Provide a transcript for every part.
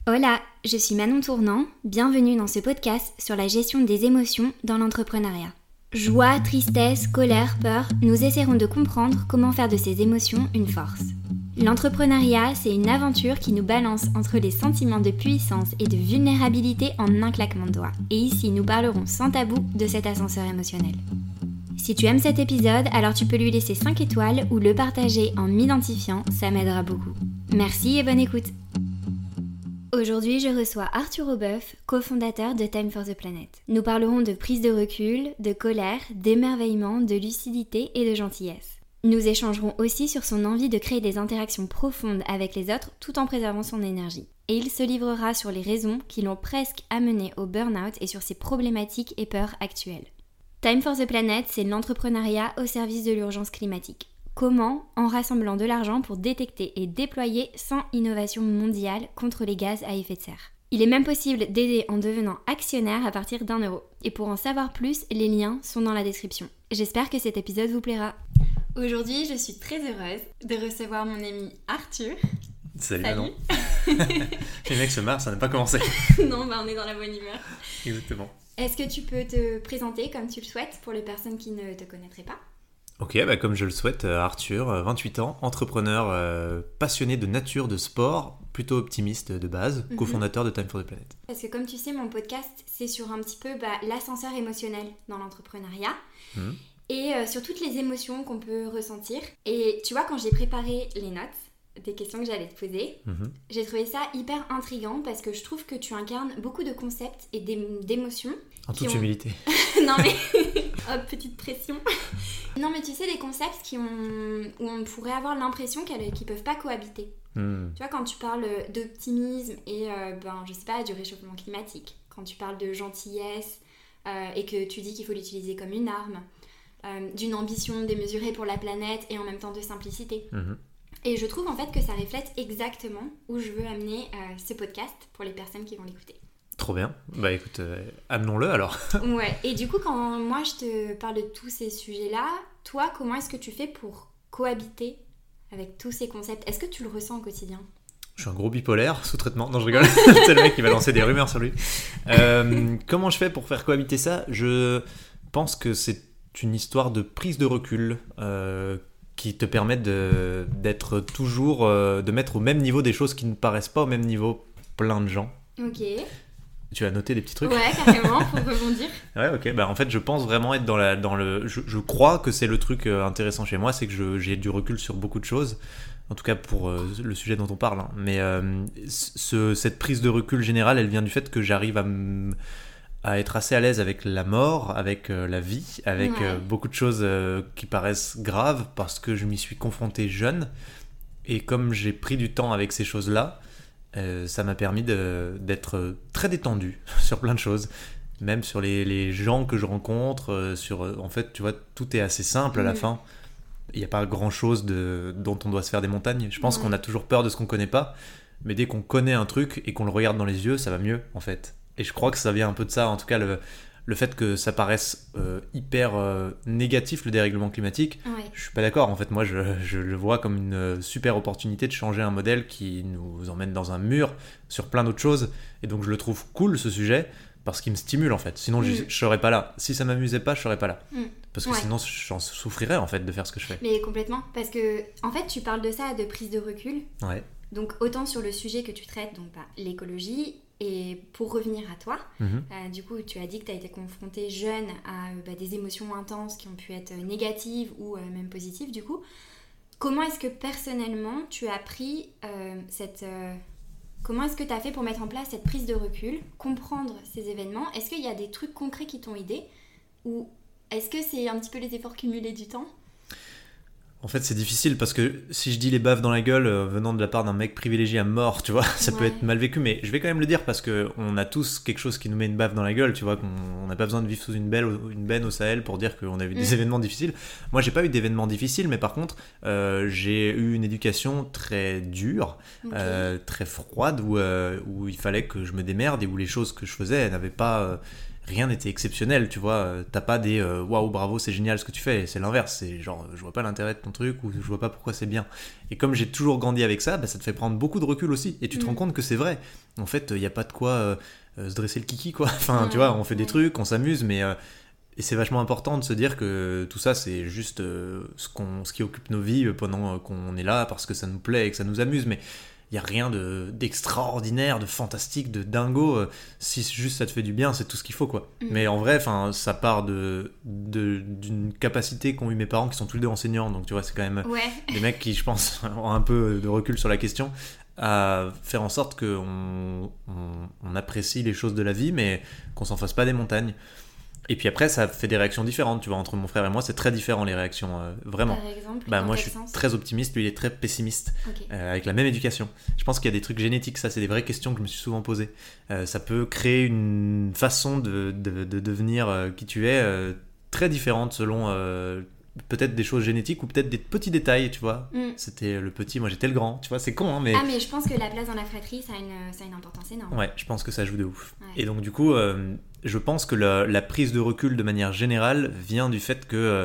Hola, je suis Manon Tournant, bienvenue dans ce podcast sur la gestion des émotions dans l'entrepreneuriat. Joie, tristesse, colère, peur, nous essaierons de comprendre comment faire de ces émotions une force. L'entrepreneuriat, c'est une aventure qui nous balance entre les sentiments de puissance et de vulnérabilité en un claquement de doigts. Et ici, nous parlerons sans tabou de cet ascenseur émotionnel. Si tu aimes cet épisode, alors tu peux lui laisser 5 étoiles ou le partager en m'identifiant, ça m'aidera beaucoup. Merci et bonne écoute. Aujourd'hui, je reçois Arthur Aubeuf, cofondateur de Time for the Planet. Nous parlerons de prise de recul, de colère, d'émerveillement, de lucidité et de gentillesse. Nous échangerons aussi sur son envie de créer des interactions profondes avec les autres tout en préservant son énergie. Et il se livrera sur les raisons qui l'ont presque amené au burn-out et sur ses problématiques et peurs actuelles. Time for the Planet, c'est l'entrepreneuriat au service de l'urgence climatique. Comment ? En rassemblant de l'argent pour détecter et déployer 100 innovations mondiales contre les gaz à effet de serre. Il est même possible d'aider en devenant actionnaire à partir d'1€. Et pour en savoir plus, les liens sont dans la description. J'espère que cet épisode vous plaira. Aujourd'hui, je suis très heureuse de recevoir mon ami Arthur. Salut Manon. Les mecs se marrent, ça n'a pas commencé. Non, on est dans la bonne humeur. Exactement. Est-ce que tu peux te présenter comme tu le souhaites pour les personnes qui ne te connaîtraient pas ? Ok, comme je le souhaite, Arthur, 28 ans, entrepreneur, passionné de nature, de sport, plutôt optimiste de base, cofondateur de Time for the Planet. Parce que comme tu sais, mon podcast, c'est sur un petit peu l'ascenseur émotionnel dans l'entrepreneuriat et sur toutes les émotions qu'on peut ressentir. Et tu vois, quand j'ai préparé les notes des questions que j'allais te poser, j'ai trouvé ça hyper intriguant parce que je trouve que tu incarnes beaucoup de concepts et d'émotions. En toute humilité. Non mais, hop, petite pression. Non mais tu sais, des concepts où on pourrait avoir l'impression qu'ils peuvent pas cohabiter. Tu vois, quand tu parles d'optimisme et je sais pas, du réchauffement climatique, quand tu parles de gentillesse et que tu dis qu'il faut l'utiliser comme une arme, d'une ambition démesurée pour la planète et en même temps de simplicité. Et je trouve en fait que ça reflète exactement où je veux amener ce podcast pour les personnes qui vont l'écouter. Trop bien. Écoute, amenons-le alors. Ouais, et du coup, quand moi je te parle de tous ces sujets-là, toi, comment est-ce que tu fais pour cohabiter avec tous ces concepts ? Est-ce que tu le ressens au quotidien ? Je suis un gros bipolaire, sous traitement. Non, je rigole. C'est le mec qui va lancer des rumeurs sur lui. Comment je fais pour faire cohabiter ça ? Je pense que c'est une histoire de prise de recul qui te permet d'être toujours, de mettre au même niveau des choses qui ne paraissent pas au même niveau plein de gens. Ok. Tu as noté des petits trucs ? Ouais, carrément, pour rebondir. Ouais, ok. En fait, je pense vraiment être dans le... Je crois que c'est le truc intéressant chez moi, c'est que j'ai du recul sur beaucoup de choses. En tout cas, pour le sujet dont on parle. Mais cette prise de recul générale, elle vient du fait que j'arrive à être assez à l'aise avec la mort, avec la vie, avec beaucoup de choses qui paraissent graves parce que je m'y suis confronté jeune. Et comme j'ai pris du temps avec ces choses-là, ça m'a permis d'être très détendu sur plein de choses, même sur les gens que je rencontre, en fait, tu vois, tout est assez simple à la fin. Il n'y a pas grand-chose dont on doit se faire des montagnes. Je pense qu'on a toujours peur de ce qu'on ne connaît pas, mais dès qu'on connaît un truc et qu'on le regarde dans les yeux, ça va mieux, en fait. Et je crois que ça vient un peu de ça, en tout cas, le fait que ça paraisse hyper négatif, le dérèglement climatique, je suis pas d'accord. En fait, moi, je le vois comme une super opportunité de changer un modèle qui nous emmène dans un mur sur plein d'autres choses. Et donc, je le trouve cool, ce sujet, parce qu'il me stimule, en fait. Sinon, je serais pas là. Si ça m'amusait pas, je serais pas là. Parce que sinon, j'en souffrirais, en fait, de faire ce que je fais. Mais complètement. Parce que, en fait, tu parles de ça, de prise de recul. Ouais. Donc, autant sur le sujet que tu traites, donc l'écologie. Et pour revenir à toi, du coup, tu as dit que tu as été confronté jeune à des émotions intenses qui ont pu être négatives ou même positives, du coup. Comment est-ce que personnellement, tu as pris comment est-ce que tu as fait pour mettre en place cette prise de recul, comprendre ces événements ? Est-ce qu'il y a des trucs concrets qui t'ont aidé ? Ou est-ce que c'est un petit peu les efforts cumulés du temps ? En fait, c'est difficile parce que si je dis les baffes dans la gueule venant de la part d'un mec privilégié à mort, tu vois, ça peut être mal vécu, mais je vais quand même le dire parce qu'on a tous quelque chose qui nous met une baffe dans la gueule, tu vois, qu'on n'a pas besoin de vivre sous une benne au Sahel pour dire qu'on a eu des événements difficiles. Moi, j'ai pas eu d'événements difficiles, mais par contre, j'ai eu une éducation très dure, très froide, où il fallait que je me démerde et où les choses que je faisais n'avaient pas rien n'était exceptionnel, tu vois. T'as pas des waouh, bravo, c'est génial ce que tu fais. C'est l'inverse, c'est genre je vois pas l'intérêt de ton truc ou je vois pas pourquoi c'est bien. Et comme j'ai toujours grandi avec ça, ça te fait prendre beaucoup de recul aussi. Et tu te rends compte que c'est vrai. En fait, il y a pas de quoi se dresser le kiki, quoi. Enfin, tu vois, on fait des trucs, on s'amuse, mais. Et c'est vachement important de se dire que tout ça, c'est juste ce qui occupe nos vies pendant qu'on est là parce que ça nous plaît et que ça nous amuse. Mais il n'y a rien d'extraordinaire, de fantastique, de dingo. Si juste ça te fait du bien, c'est tout ce qu'il faut, quoi. Mais en vrai, ça part d'une capacité qu'ont eu mes parents qui sont tous les deux enseignants. Donc tu vois, c'est quand même des mecs qui, je pense, ont un peu de recul sur la question, à faire en sorte qu'on apprécie les choses de la vie, mais qu'on s'en fasse pas des montagnes. Et puis après, ça fait des réactions différentes, tu vois, entre mon frère et moi, c'est très différent les réactions, vraiment. Par exemple, moi, je suis très optimiste, lui, il est très pessimiste, avec la même éducation. Je pense qu'il y a des trucs génétiques, ça, c'est des vraies questions que je me suis souvent posées. Ça peut créer une façon de devenir qui tu es, très différente selon peut-être des choses génétiques ou peut-être des petits détails, tu vois. C'était le petit, moi j'étais le grand, tu vois, c'est con, hein, mais... Ah, mais je pense que la place dans la fratrie, ça a une importance énorme. Ouais, je pense que ça joue de ouf. Ouais. Et donc du coup, je pense que la prise de recul de manière générale vient du fait que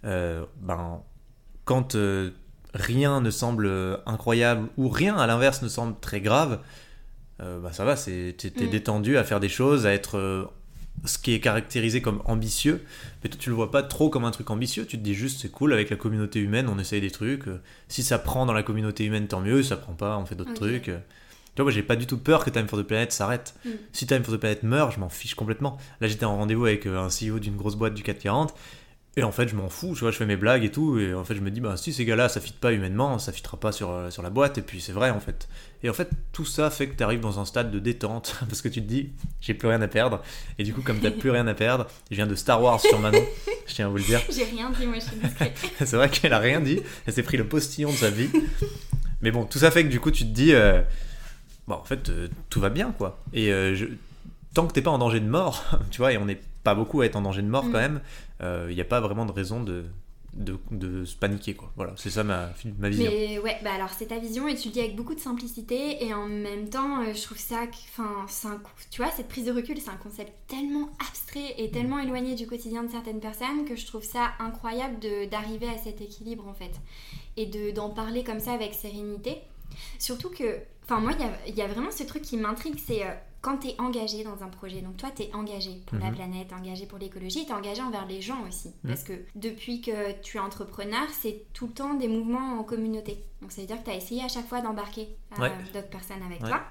quand rien ne semble incroyable ou rien à l'inverse ne semble très grave, ça va, t'es détendu à faire des choses, à être... ce qui est caractérisé comme ambitieux, mais toi tu le vois pas trop comme un truc ambitieux, tu te dis juste c'est cool, avec la communauté humaine on essaye des trucs, si ça prend dans la communauté humaine tant mieux, ça prend pas on fait d'autres trucs. Tu vois, moi j'ai pas du tout peur que Time for the Planet s'arrête. Si Time for the Planet meurt, je m'en fiche complètement. Là j'étais en rendez-vous avec un CEO d'une grosse boîte du 440 et en fait je m'en fous, tu vois, je fais mes blagues et tout, et en fait je me dis si ces gars-là ça fit pas humainement, ça fitera pas sur la boîte, et puis c'est vrai en fait. Et en fait tout ça fait que t'arrives dans un stade de détente parce que tu te dis j'ai plus rien à perdre, et du coup comme t'as plus rien à perdre, je viens de Star Wars sur Manon, je tiens à vous le dire. J'ai rien dit, moi je suis discrète. C'est vrai qu'elle a rien dit, elle s'est pris le postillon de sa vie, mais bon tout ça fait que du coup tu te dis en fait tout va bien quoi, et tant que t'es pas en danger de mort, tu vois, et on n'est pas beaucoup à être en danger de mort quand même, il n'y a pas vraiment de raison de se paniquer quoi. Voilà, c'est ça ma vision. Mais ouais, alors c'est ta vision et tu le dis avec beaucoup de simplicité, et en même temps je trouve ça tu vois, cette prise de recul, c'est un concept tellement abstrait et tellement éloigné du quotidien de certaines personnes que je trouve ça incroyable d'arriver à cet équilibre en fait, et d'en parler comme ça avec sérénité. Surtout que, moi il y a vraiment ce truc qui m'intrigue, c'est quand t'es engagé dans un projet, donc toi t'es engagé pour la planète, engagé pour l'écologie, t'es engagé envers les gens aussi, parce que depuis que tu es entrepreneur, c'est tout le temps des mouvements en communauté, donc ça veut dire que t'as essayé à chaque fois d'embarquer d'autres personnes avec toi.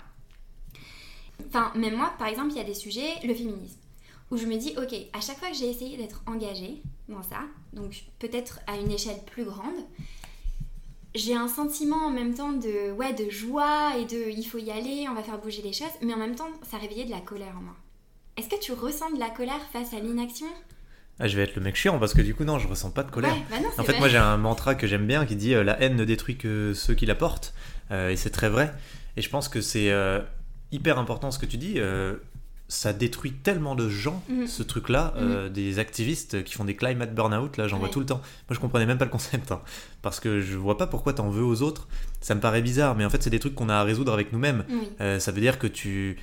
Enfin, même moi par exemple, il y a des sujets, le féminisme, où je me dis ok, à chaque fois que j'ai essayé d'être engagée dans ça, donc peut-être à une échelle plus grande, j'ai un sentiment en même temps de joie et il faut y aller, on va faire bouger les choses, mais en même temps ça réveillait de la colère en moi. Est-ce que tu ressens de la colère face à l'inaction ? Je vais être le mec chiant parce que du coup non, je ressens pas de colère. Non, en fait, moi j'ai un mantra que j'aime bien qui dit la haine ne détruit que ceux qui la portent, et c'est très vrai. Et je pense que c'est hyper important ce que tu dis. Ça détruit tellement de gens, ce truc-là, des activistes qui font des climate burnout, là j'en vois tout le temps. Moi je comprenais même pas le concept, parce que je vois pas pourquoi t'en veux aux autres, ça me paraît bizarre, mais en fait c'est des trucs qu'on a à résoudre avec nous-mêmes. Ça veut dire que tu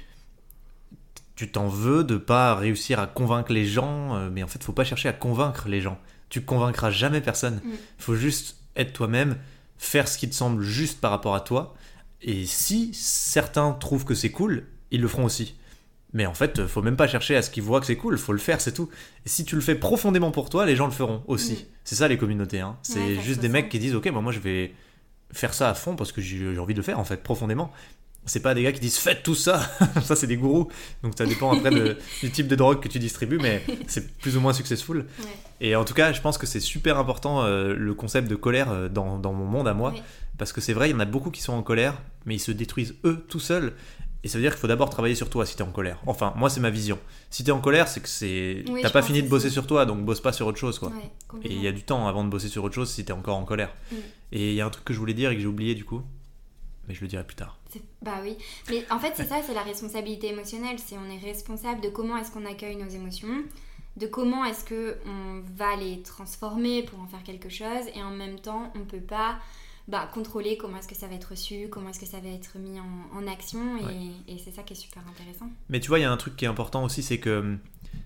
t'en veux de pas réussir à convaincre les gens, mais en fait faut pas chercher à convaincre les gens, tu convaincras jamais personne, faut juste être toi-même, faire ce qui te semble juste par rapport à toi, et si certains trouvent que c'est cool, ils le feront aussi. Mais en fait, faut même pas chercher à ce qu'ils voient que c'est cool, faut le faire, c'est tout. Et si tu le fais profondément pour toi, les gens le feront aussi. C'est ça les communautés, c'est juste des mecs qui disent ok, moi je vais faire ça à fond parce que j'ai envie de le faire en fait, profondément. C'est pas des gars qui disent faites tout ça, ça c'est des gourous. Donc ça dépend après du type de drogue que tu distribues, mais c'est plus ou moins successful. Et en tout cas, je pense que c'est super important le concept de colère dans mon monde à moi, parce que c'est vrai, il y en a beaucoup qui sont en colère, mais ils se détruisent eux tout seuls. Et ça veut dire qu'il faut d'abord travailler sur toi si t'es en colère. Enfin, moi c'est ma vision. Si t'es en colère, c'est que t'as pas fini de bosser sur toi, donc bosse pas sur autre chose quoi. Et il y a du temps avant de bosser sur autre chose si t'es encore en colère. Et il y a un truc que je voulais dire et que j'ai oublié du coup, mais je le dirai plus tard. Bah oui, mais en fait c'est ça, c'est la responsabilité émotionnelle. On est responsable de comment est-ce qu'on accueille nos émotions, de comment est-ce qu'on va les transformer pour en faire quelque chose, et en même temps on peut pas contrôler comment est-ce que ça va être reçu, comment est-ce que ça va être mis en action, et c'est ça qui est super intéressant. Mais tu vois, il y a un truc qui est important aussi, c'est que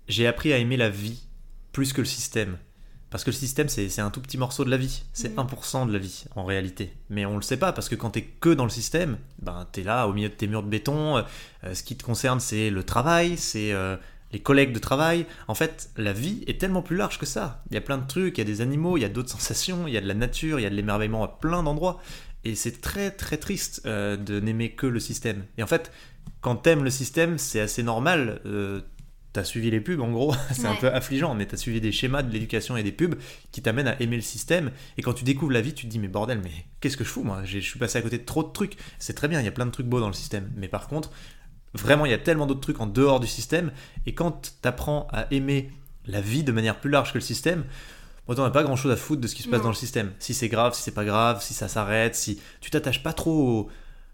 j'ai appris à aimer la vie plus que le système. Parce que le système, c'est un tout petit morceau de la vie. C'est 1% de la vie, en réalité. Mais on le sait pas, parce que quand t'es que dans le système, ben, t'es là, au milieu de tes murs de béton. Ce qui te concerne, c'est le travail, c'est les collègues de travail. En fait, la vie est tellement plus large que ça. Il y a plein de trucs, il y a des animaux, il y a d'autres sensations, il y a de la nature, il y a de l'émerveillement à plein d'endroits. Et c'est très, très triste de n'aimer que le système. Et en fait, quand t'aimes le système, c'est assez normal. T'as suivi les pubs en gros, c'est un peu affligeant, mais t'as suivi des schémas de l'éducation et des pubs qui t'amènent à aimer le système, et quand tu découvres la vie, tu te dis mais bordel, mais qu'est-ce que je fous moi, je suis passé à côté de trop de trucs. C'est très bien, il y a plein de trucs beaux dans le système, mais par contre, vraiment il y a tellement d'autres trucs en dehors du système, et quand t'apprends à aimer la vie de manière plus large que le système, bon, t'en as pas grand chose à foutre de ce qui se passe dans le système. Si c'est grave, si c'est pas grave, si ça s'arrête, si tu t'attaches pas trop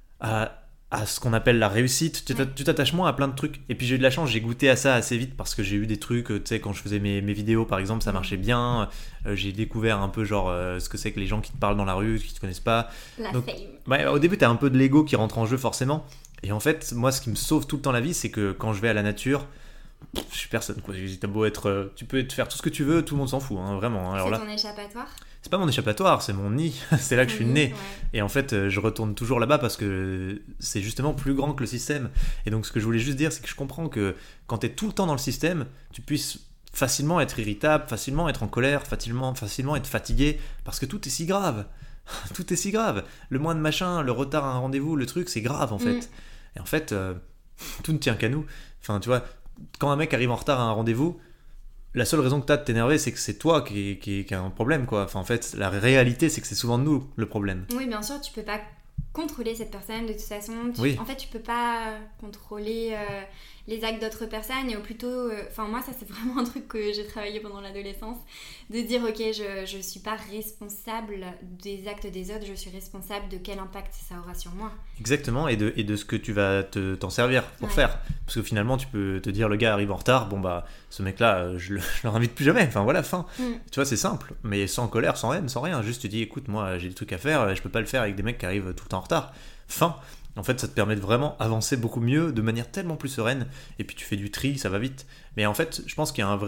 à ce qu'on appelle la réussite, tu t'attaches moins à plein de trucs. Et puis j'ai eu de la chance, j'ai goûté à ça assez vite parce que j'ai eu des trucs, tu sais, quand je faisais mes vidéos par exemple, ça marchait bien. J'ai découvert un peu genre ce que c'est que les gens qui te parlent dans la rue, qui te connaissent pas. Donc, fame. Ouais, au début t'as un peu de l'ego qui rentre en jeu forcément. Et en fait, moi ce qui me sauve tout le temps la vie, c'est que quand je vais à la nature, je suis personne quoi. T'as beau être, tu peux faire tout ce que tu veux, tout le monde s'en fout, hein, vraiment. Alors c'est là, ton échappatoire? c'est pas mon échappatoire, c'est mon nid. C'est là que je suis né. Ouais. Et en fait, je retourne toujours là-bas parce que c'est justement plus grand que le système. Et donc, ce que je voulais juste dire, c'est que je comprends que quand t'es tout le temps dans le système, tu puisses facilement être irritable, facilement être en colère, facilement être fatigué, parce que tout est si grave. Tout est si grave. Le moins de machin, le retard à un rendez-vous, le truc, c'est grave en fait. Et en fait, tout ne tient qu'à nous. Enfin, tu vois, quand un mec arrive en retard à un rendez-vous, la seule raison que t'as de t'énerver, c'est que c'est toi qui a un problème, quoi. Enfin, en fait, la réalité, c'est que c'est souvent nous le problème. Oui, bien sûr, tu peux pas contrôler cette personne de toute façon. Oui. En fait, tu peux pas contrôler les actes d'autres personnes, et au plutôt... Enfin, moi, ça, c'est vraiment un truc que j'ai travaillé pendant l'adolescence, de dire, ok, je suis pas responsable des actes des autres, je suis responsable de quel impact ça aura sur moi. Exactement, et de ce que tu vas t'en servir pour faire. Parce que finalement, tu peux te dire, le gars arrive en retard, bon bah, ce mec-là, je le réinvite plus jamais. Enfin voilà, fin. Tu vois, c'est simple, mais sans colère, sans haine, sans rien. Juste tu dis, écoute, moi, j'ai des trucs à faire, je peux pas le faire avec des mecs qui arrivent tout le temps en retard. Fin. En fait, ça te permet de vraiment avancer beaucoup mieux, de manière tellement plus sereine, et puis tu fais du tri, ça va vite. Mais en fait, je pense qu'il y a un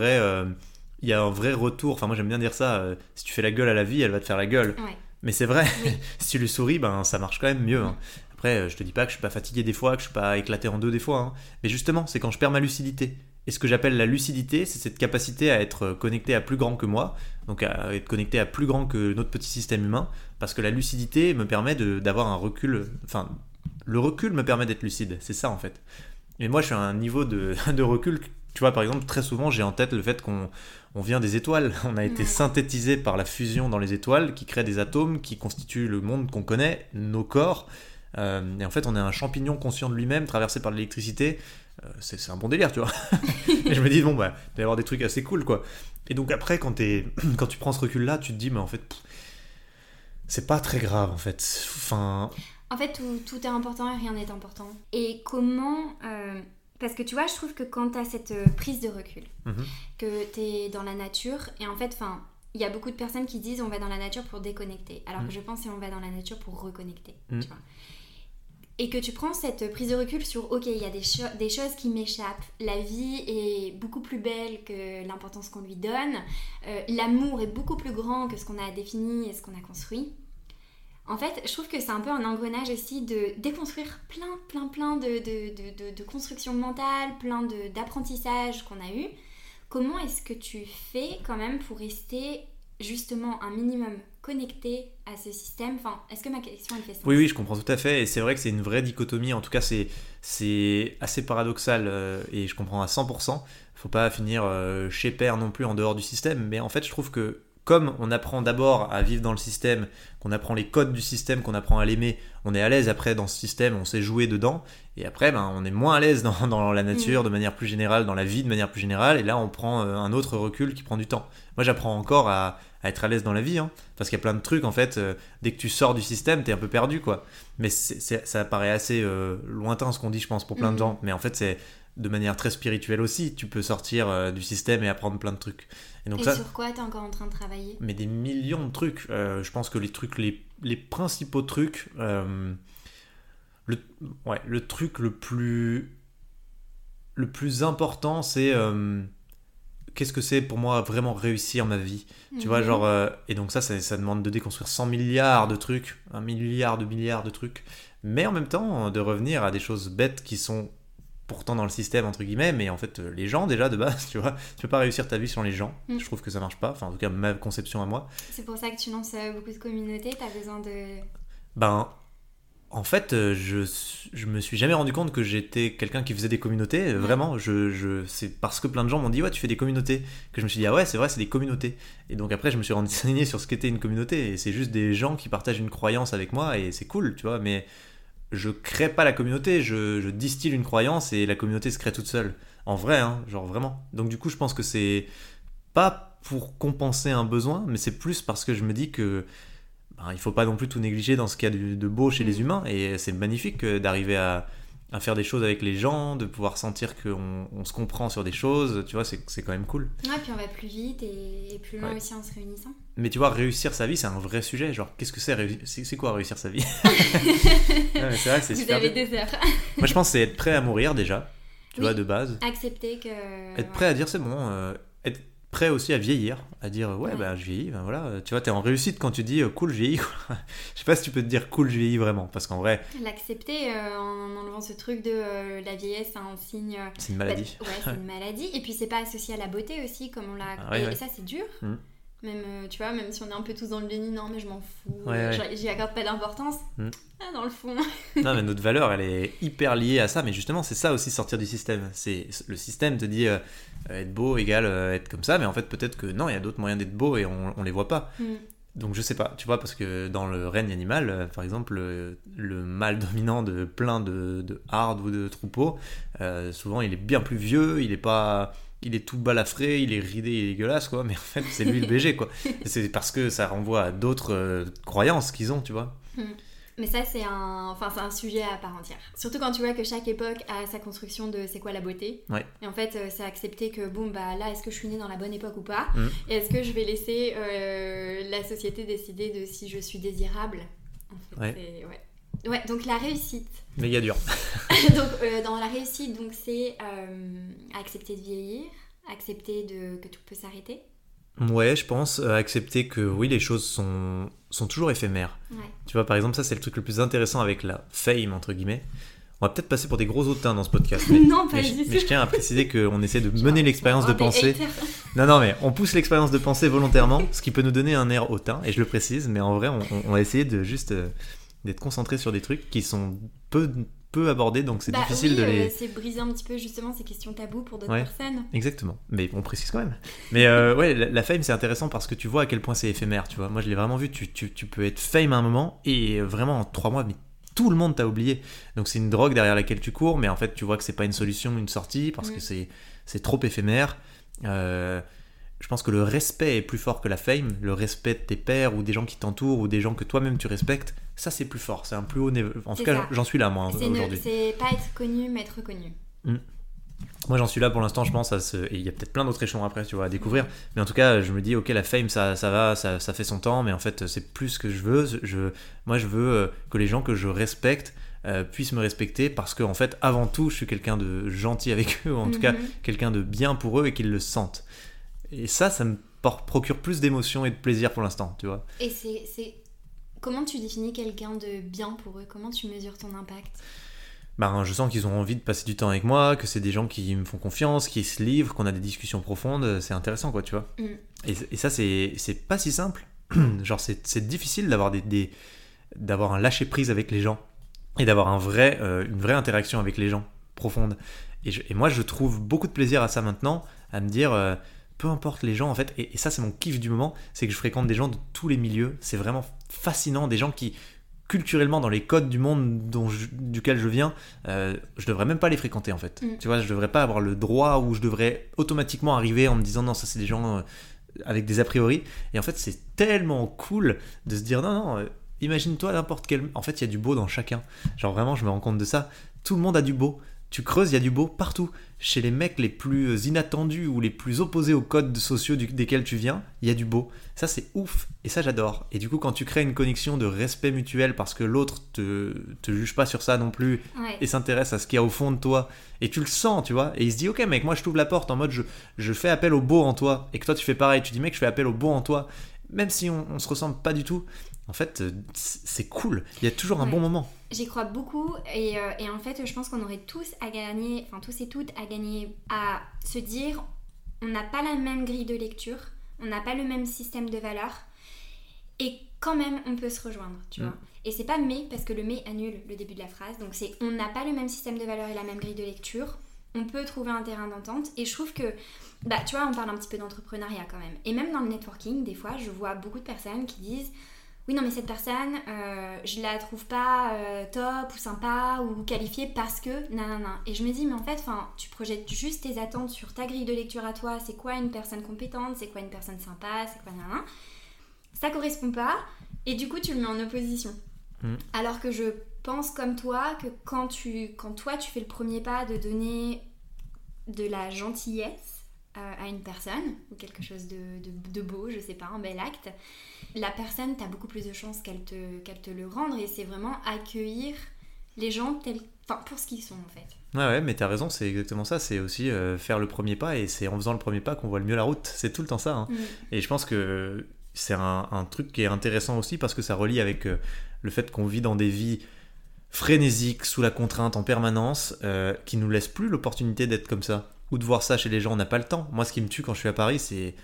vrai retour. Enfin, moi j'aime bien dire ça, si tu fais la gueule à la vie, elle va te faire la gueule. Ouais. Mais c'est vrai, si tu lui souris, ben ça marche quand même mieux. Hein. Après, je te dis pas que je suis pas fatigué des fois, que je suis pas éclaté en deux des fois. Hein. Mais justement, c'est quand je perds ma lucidité. Et ce que j'appelle la lucidité, c'est cette capacité à être connecté à plus grand que moi, donc à être connecté à plus grand que notre petit système humain, parce que la lucidité me permet d'avoir un recul. Enfin, le recul me permet d'être lucide, c'est ça en fait. Et moi, je suis à un niveau de recul. Tu vois, par exemple, très souvent, j'ai en tête le fait qu'on vient des étoiles. On a été synthétisé par la fusion dans les étoiles qui crée des atomes qui constituent le monde qu'on connaît, nos corps. Et en fait, on est un champignon conscient de lui-même, traversé par l'électricité. C'est un bon délire, tu vois. Et je me dis, bon, bah, il va y avoir des trucs assez cool, quoi. Et donc après, quand tu prends ce recul-là, tu te dis, mais en fait, c'est pas très grave, en fait. Enfin... En fait, tout est important et rien n'est important. Et comment... Parce que tu vois, je trouve que quand t'as cette prise de recul, que t'es dans la nature, et en fait, il y a beaucoup de personnes qui disent on va dans la nature pour déconnecter, alors que je pense qu'on va dans la nature pour reconnecter, tu vois. Et que tu prends cette prise de recul sur ok, il y a des choses qui m'échappent, la vie est beaucoup plus belle que l'importance qu'on lui donne, l'amour est beaucoup plus grand que ce qu'on a défini et ce qu'on a construit. En fait, je trouve que c'est un peu un engrenage aussi de déconstruire plein de constructions mentales, plein d'apprentissages qu'on a eu. Comment est-ce que tu fais quand même pour rester justement un minimum connecté à ce système? Enfin, est-ce que ma question elle fait sens? Oui, je comprends tout à fait. Et c'est vrai que c'est une vraie dichotomie. En tout cas, c'est assez paradoxal et je comprends à 100%. Faut pas finir chez père non plus en dehors du système. Mais en fait, je trouve que comme on apprend d'abord à vivre dans le système, qu'on apprend les codes du système, qu'on apprend à l'aimer, on est à l'aise après dans ce système, on sait jouer dedans, et après on est moins à l'aise dans la nature de manière plus générale, dans la vie de manière plus générale, et là on prend un autre recul qui prend du temps. Moi j'apprends encore à être à l'aise dans la vie, hein, parce qu'il y a plein de trucs en fait, dès que tu sors du système, t'es un peu perdu quoi. Mais ça paraît assez lointain ce qu'on dit je pense pour plein de gens, mais en fait c'est de manière très spirituelle aussi, tu peux sortir du système et apprendre plein de trucs. Et sur quoi t'es encore en train de travailler? Mais des millions de trucs. Je pense que les principaux trucs, le truc le plus important, c'est qu'est-ce que c'est pour moi vraiment réussir ma vie, tu vois, genre, et donc ça demande de déconstruire 100 milliards de trucs, 1 milliard de trucs, mais en même temps de revenir à des choses bêtes qui sont pourtant dans le système entre guillemets, mais en fait les gens déjà de base, tu vois, tu peux pas réussir ta vie sans les gens. Je trouve que ça marche pas, enfin en tout cas ma conception à moi. C'est pour ça que tu lances beaucoup de communautés, t'as besoin de... Ben en fait je me suis jamais rendu compte que j'étais quelqu'un qui faisait des communautés, vraiment, c'est parce que plein de gens m'ont dit ouais tu fais des communautés que je me suis dit ah ouais c'est vrai c'est des communautés, et donc après je me suis renseigné sur ce qu'était une communauté, et c'est juste des gens qui partagent une croyance avec moi et c'est cool, tu vois, mais je crée pas la communauté, je distille une croyance et la communauté se crée toute seule. En vrai, hein, genre vraiment. Donc du coup, je pense que c'est pas pour compenser un besoin, mais c'est plus parce que je me dis que il faut pas non plus tout négliger dans ce qu'il y a de beau chez les humains, et c'est magnifique d'arriver à faire des choses avec les gens, de pouvoir sentir qu'on se comprend sur des choses, tu vois, c'est quand même cool. Ouais, puis on va plus vite et plus loin aussi en se réunissant. Mais tu vois, réussir sa vie, c'est un vrai sujet. Genre, qu'est-ce que c'est quoi réussir sa vie? Non, mais c'est vrai, c'est super. Vous avez des heures. Moi, je pense que c'est être prêt à mourir déjà, tu vois, de base. Accepter que... Être prêt à dire c'est bon, être prêt aussi à vieillir, à dire ouais. Bah je vieillis, ben voilà, tu vois, t'es en réussite quand tu dis cool je vieillis. Je sais pas si tu peux te dire cool je vieillis vraiment, parce qu'en vrai l'accepter en enlevant ce truc de la vieillesse, c'est un signe, c'est une maladie. Ouais, c'est une maladie, et puis c'est pas associé à la beauté aussi comme on l'a et ça c'est dur. Même, tu vois, même si on est un peu tous dans le déni, non mais je m'en fous, j'y accorde pas d'importance. Dans le fond. Non mais notre valeur elle est hyper liée à ça, mais justement c'est ça aussi, sortir du système. C'est, le système te dit être beau égale être comme ça, mais en fait peut-être que non, il y a d'autres moyens d'être beau et on les voit pas. Donc je sais pas, tu vois, parce que dans le règne animal, par exemple, le mâle dominant de plein de hardes ou de troupeaux, souvent il est bien plus vieux, il est tout balafré, il est ridé, il est dégueulasse, quoi, mais en fait c'est lui le BG, quoi. C'est parce que ça renvoie à d'autres croyances qu'ils ont, tu vois. Mais ça c'est un sujet à part entière. Surtout quand tu vois que chaque époque a sa construction de c'est quoi la beauté. Et en fait c'est accepter que bon bah là est-ce que je suis née dans la bonne époque ou pas, et est-ce que je vais laisser la société décider de si je suis désirable. En fait, ouais, donc la réussite. Méga dur. Donc dans la réussite, donc c'est accepter de vieillir, accepter que tout peut s'arrêter. Ouais, je pense accepter que oui, les choses sont toujours éphémères. Tu vois, par exemple, ça c'est le truc le plus intéressant avec la fame, entre guillemets. On va peut-être passer pour des gros hautains dans ce podcast. Non, pas du tout. Mais je tiens à préciser qu'on essaie de mener l'expérience de pensée. Non, mais on pousse l'expérience de pensée volontairement, ce qui peut nous donner un air hautain, et je le précise, mais en vrai, on va essayer de juste d'être concentré sur des trucs qui sont peu abordés, donc c'est difficile de les... c'est briser un petit peu justement ces questions tabous pour d'autres personnes. Exactement, mais on précise quand même. Mais la fame c'est intéressant parce que tu vois à quel point c'est éphémère, tu vois. Moi je l'ai vraiment vu, tu peux être fame à un moment et vraiment en 3 mois, mais tout le monde t'a oublié. Donc c'est une drogue derrière laquelle tu cours, mais en fait tu vois que c'est pas une solution, une sortie, parce que c'est trop éphémère. Je pense que le respect est plus fort que la fame. Le respect de tes pairs ou des gens qui t'entourent ou des gens que toi-même tu respectes, ça c'est plus fort, c'est un plus haut niveau. En tout cas, j'en suis là moi aujourd'hui. C'est pas être connu, mais être reconnu. Moi j'en suis là pour l'instant, je pense, et il y a peut-être plein d'autres échelons après, tu vois, à découvrir. Mais en tout cas, je me dis, ok, la fame ça va, ça fait son temps, mais en fait c'est plus ce que je veux. Moi je veux que les gens que je respecte puissent me respecter, parce que en fait, avant tout, je suis quelqu'un de gentil avec eux, ou en tout cas quelqu'un de bien pour eux et qu'ils le sentent. Et ça me procure plus d'émotion et de plaisir pour l'instant, tu vois. Et c'est... Comment tu définis quelqu'un de bien pour eux? Comment tu mesures ton impact? Je sens qu'ils ont envie de passer du temps avec moi, que c'est des gens qui me font confiance, qui se livrent, qu'on a des discussions profondes, c'est intéressant, quoi, tu vois. Et ça, c'est pas si simple. Genre, c'est difficile d'avoir un lâcher-prise avec les gens et d'avoir une vraie interaction avec les gens profonde. Et moi, je trouve beaucoup de plaisir à ça maintenant, à me dire... peu importe les gens en fait, et ça c'est mon kiff du moment, c'est que je fréquente des gens de tous les milieux, c'est vraiment fascinant, des gens qui culturellement dans les codes du monde duquel je viens, je devrais même pas les fréquenter en fait. Tu vois, je devrais pas avoir le droit, ou je devrais automatiquement arriver en me disant non, ça c'est des gens avec des a priori, et en fait c'est tellement cool de se dire non, imagine-toi n'importe quel... En fait il y a du beau dans chacun, genre vraiment je me rends compte de ça, tout le monde a du beau. tu creuses, il y a du beau partout. Chez les mecs les plus inattendus ou les plus opposés aux codes sociaux desquels tu viens, il y a du beau. Ça, c'est ouf. Et ça, j'adore. Et du coup, quand tu crées une connexion de respect mutuel parce que l'autre te juge pas sur ça non plus et s'intéresse à ce qu'il y a au fond de toi, et tu le sens, tu vois, et il se dit, ok, mec, moi, je t'ouvre la porte en mode, je fais appel au beau en toi, et que toi, tu fais pareil. Tu dis, mec, je fais appel au beau en toi, même si on se ressemble pas du tout. En fait, c'est cool. Il y a toujours un bon moment. J'y crois beaucoup et en fait, je pense qu'on aurait tous à gagner, enfin tous et toutes à gagner à se dire on n'a pas la même grille de lecture, on n'a pas le même système de valeurs et quand même on peut se rejoindre, tu vois. Et c'est pas mais parce que le mais annule le début de la phrase, donc c'est on n'a pas le même système de valeurs et la même grille de lecture, on peut trouver un terrain d'entente et je trouve que tu vois, on parle un petit peu d'entrepreneuriat quand même. Et même dans le networking, des fois, je vois beaucoup de personnes qui disent oui, non, mais cette personne, je la trouve pas top ou sympa ou qualifiée parce que nanana. Et je me dis, mais en fait, tu projettes juste tes attentes sur ta grille de lecture à toi. C'est quoi une personne compétente? C'est quoi une personne sympa? C'est quoi nanana? Ça correspond pas. Et du coup, tu le mets en opposition. Alors que je pense comme toi que quand toi, tu fais le premier pas de donner de la gentillesse à une personne ou quelque chose de beau, je sais pas, un bel acte, la personne, t'as beaucoup plus de chances qu'elle te le rende et c'est vraiment accueillir les gens pour ce qu'ils sont en fait. Ouais, mais t'as raison, c'est exactement ça, c'est aussi faire le premier pas et c'est en faisant le premier pas qu'on voit le mieux la route, c'est tout le temps ça. Hein. Et je pense que c'est un truc qui est intéressant aussi parce que ça relie avec le fait qu'on vit dans des vies frénésiques, sous la contrainte en permanence, qui nous laissent plus l'opportunité d'être comme ça. Ou de voir ça chez les gens, on n'a pas le temps. Moi, ce qui me tue quand je suis à Paris, c'est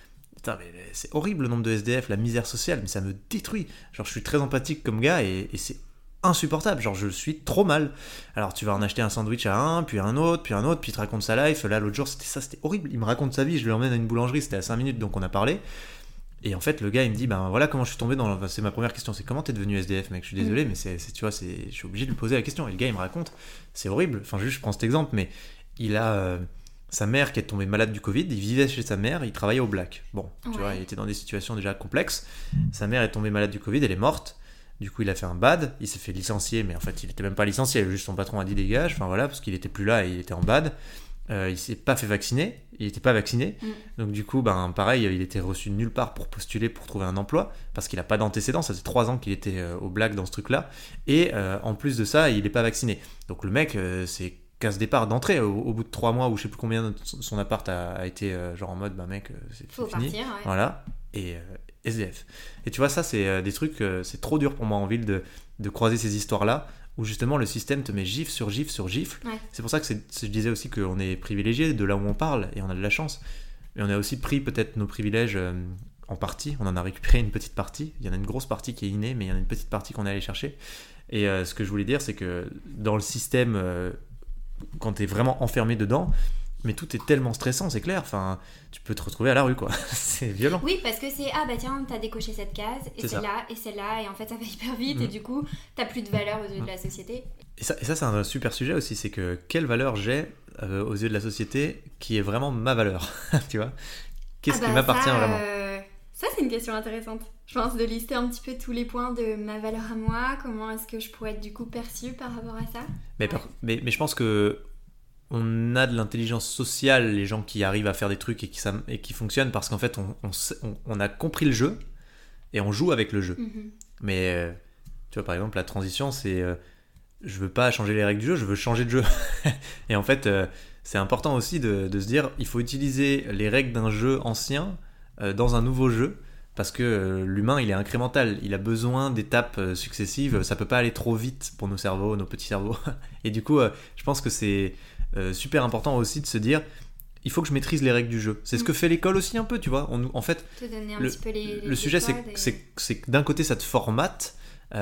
horrible le nombre de SDF, la misère sociale, mais ça me détruit. Genre, je suis très empathique comme gars et c'est insupportable. Genre, je suis trop mal. Alors, tu vas en acheter un sandwich à un, puis un autre, puis il te raconte sa life. Là, l'autre jour, c'était horrible. Il me raconte sa vie, je l'emmène à une boulangerie, c'était à 5 minutes, donc on a parlé. Et en fait, le gars, il me dit, voilà comment je suis tombé dans... C'est ma première question, c'est comment t'es devenu SDF, mec? Je suis désolé, mais tu vois, je suis obligé de lui poser la question. Et le gars, il me raconte, c'est horrible. Enfin, juste, je prends cet exemple, mais il a... sa mère qui est tombée malade du Covid, il vivait chez sa mère, il travaillait au black. Bon, tu vois, il était dans des situations déjà complexes. Sa mère est tombée malade du Covid, elle est morte. Du coup, il a fait un bad, il s'est fait licencier, mais en fait, il était même pas licencié, juste son patron a dit dégage, enfin voilà, parce qu'il était plus là et il était en bad. Il s'est pas fait vacciner, il était pas vacciné. Donc du coup, pareil, il était reçu nulle part pour postuler pour trouver un emploi, parce qu'il a pas d'antécédents, ça fait 3 ans qu'il était au black dans ce truc-là. Et en plus de ça, il est pas vacciné. Donc le mec, c'est casse-départ d'entrée au bout de 3 mois où je sais plus combien son appart a été genre en mode mec c'est faut fini partir, ouais. Voilà et SDF et tu vois ça c'est des trucs c'est trop dur pour moi en ville de croiser ces histoires là où justement le système te met gifle sur gifle sur gifle. C'est pour ça que je disais aussi qu'on est privilégié de là où on parle et on a de la chance, mais on a aussi pris peut-être nos privilèges en partie, on en a récupéré une petite partie, il y en a une grosse partie qui est innée mais il y en a une petite partie qu'on est allé chercher. Et ce que je voulais dire c'est que dans le système quand t'es vraiment enfermé dedans, mais tout est tellement stressant, c'est clair, enfin, tu peux te retrouver à la rue, quoi. C'est violent. Oui, parce que c'est, tiens, t'as décoché cette case, et celle-là, et en fait ça va hyper vite, et du coup, t'as plus de valeur aux yeux de la société. Et ça c'est un super sujet aussi, c'est que quelle valeur j'ai aux yeux de la société qui est vraiment ma valeur, tu vois? Qu'est-ce qui m'appartient vraiment? Ça, c'est une question intéressante. Je pense de lister un petit peu tous les points de ma valeur à moi, comment est-ce que je pourrais être du coup perçue par rapport à ça. Mais je pense que on a de l'intelligence sociale, les gens qui arrivent à faire des trucs et qui fonctionnent parce qu'en fait on a compris le jeu et on joue avec le jeu. Mais tu vois par exemple la transition c'est je veux pas changer les règles du jeu, je veux changer de jeu. Et en fait c'est important aussi de se dire il faut utiliser les règles d'un jeu ancien dans un nouveau jeu, parce que l'humain il est incrémental, il a besoin d'étapes successives, ça peut pas aller trop vite pour nos cerveaux, nos petits cerveaux. Et du coup je pense que c'est super important aussi de se dire il faut que je maîtrise les règles du jeu. C'est ce que fait l'école aussi un peu, tu vois. En fait te donner un petit peu le sujet c'est que d'un côté ça te formate,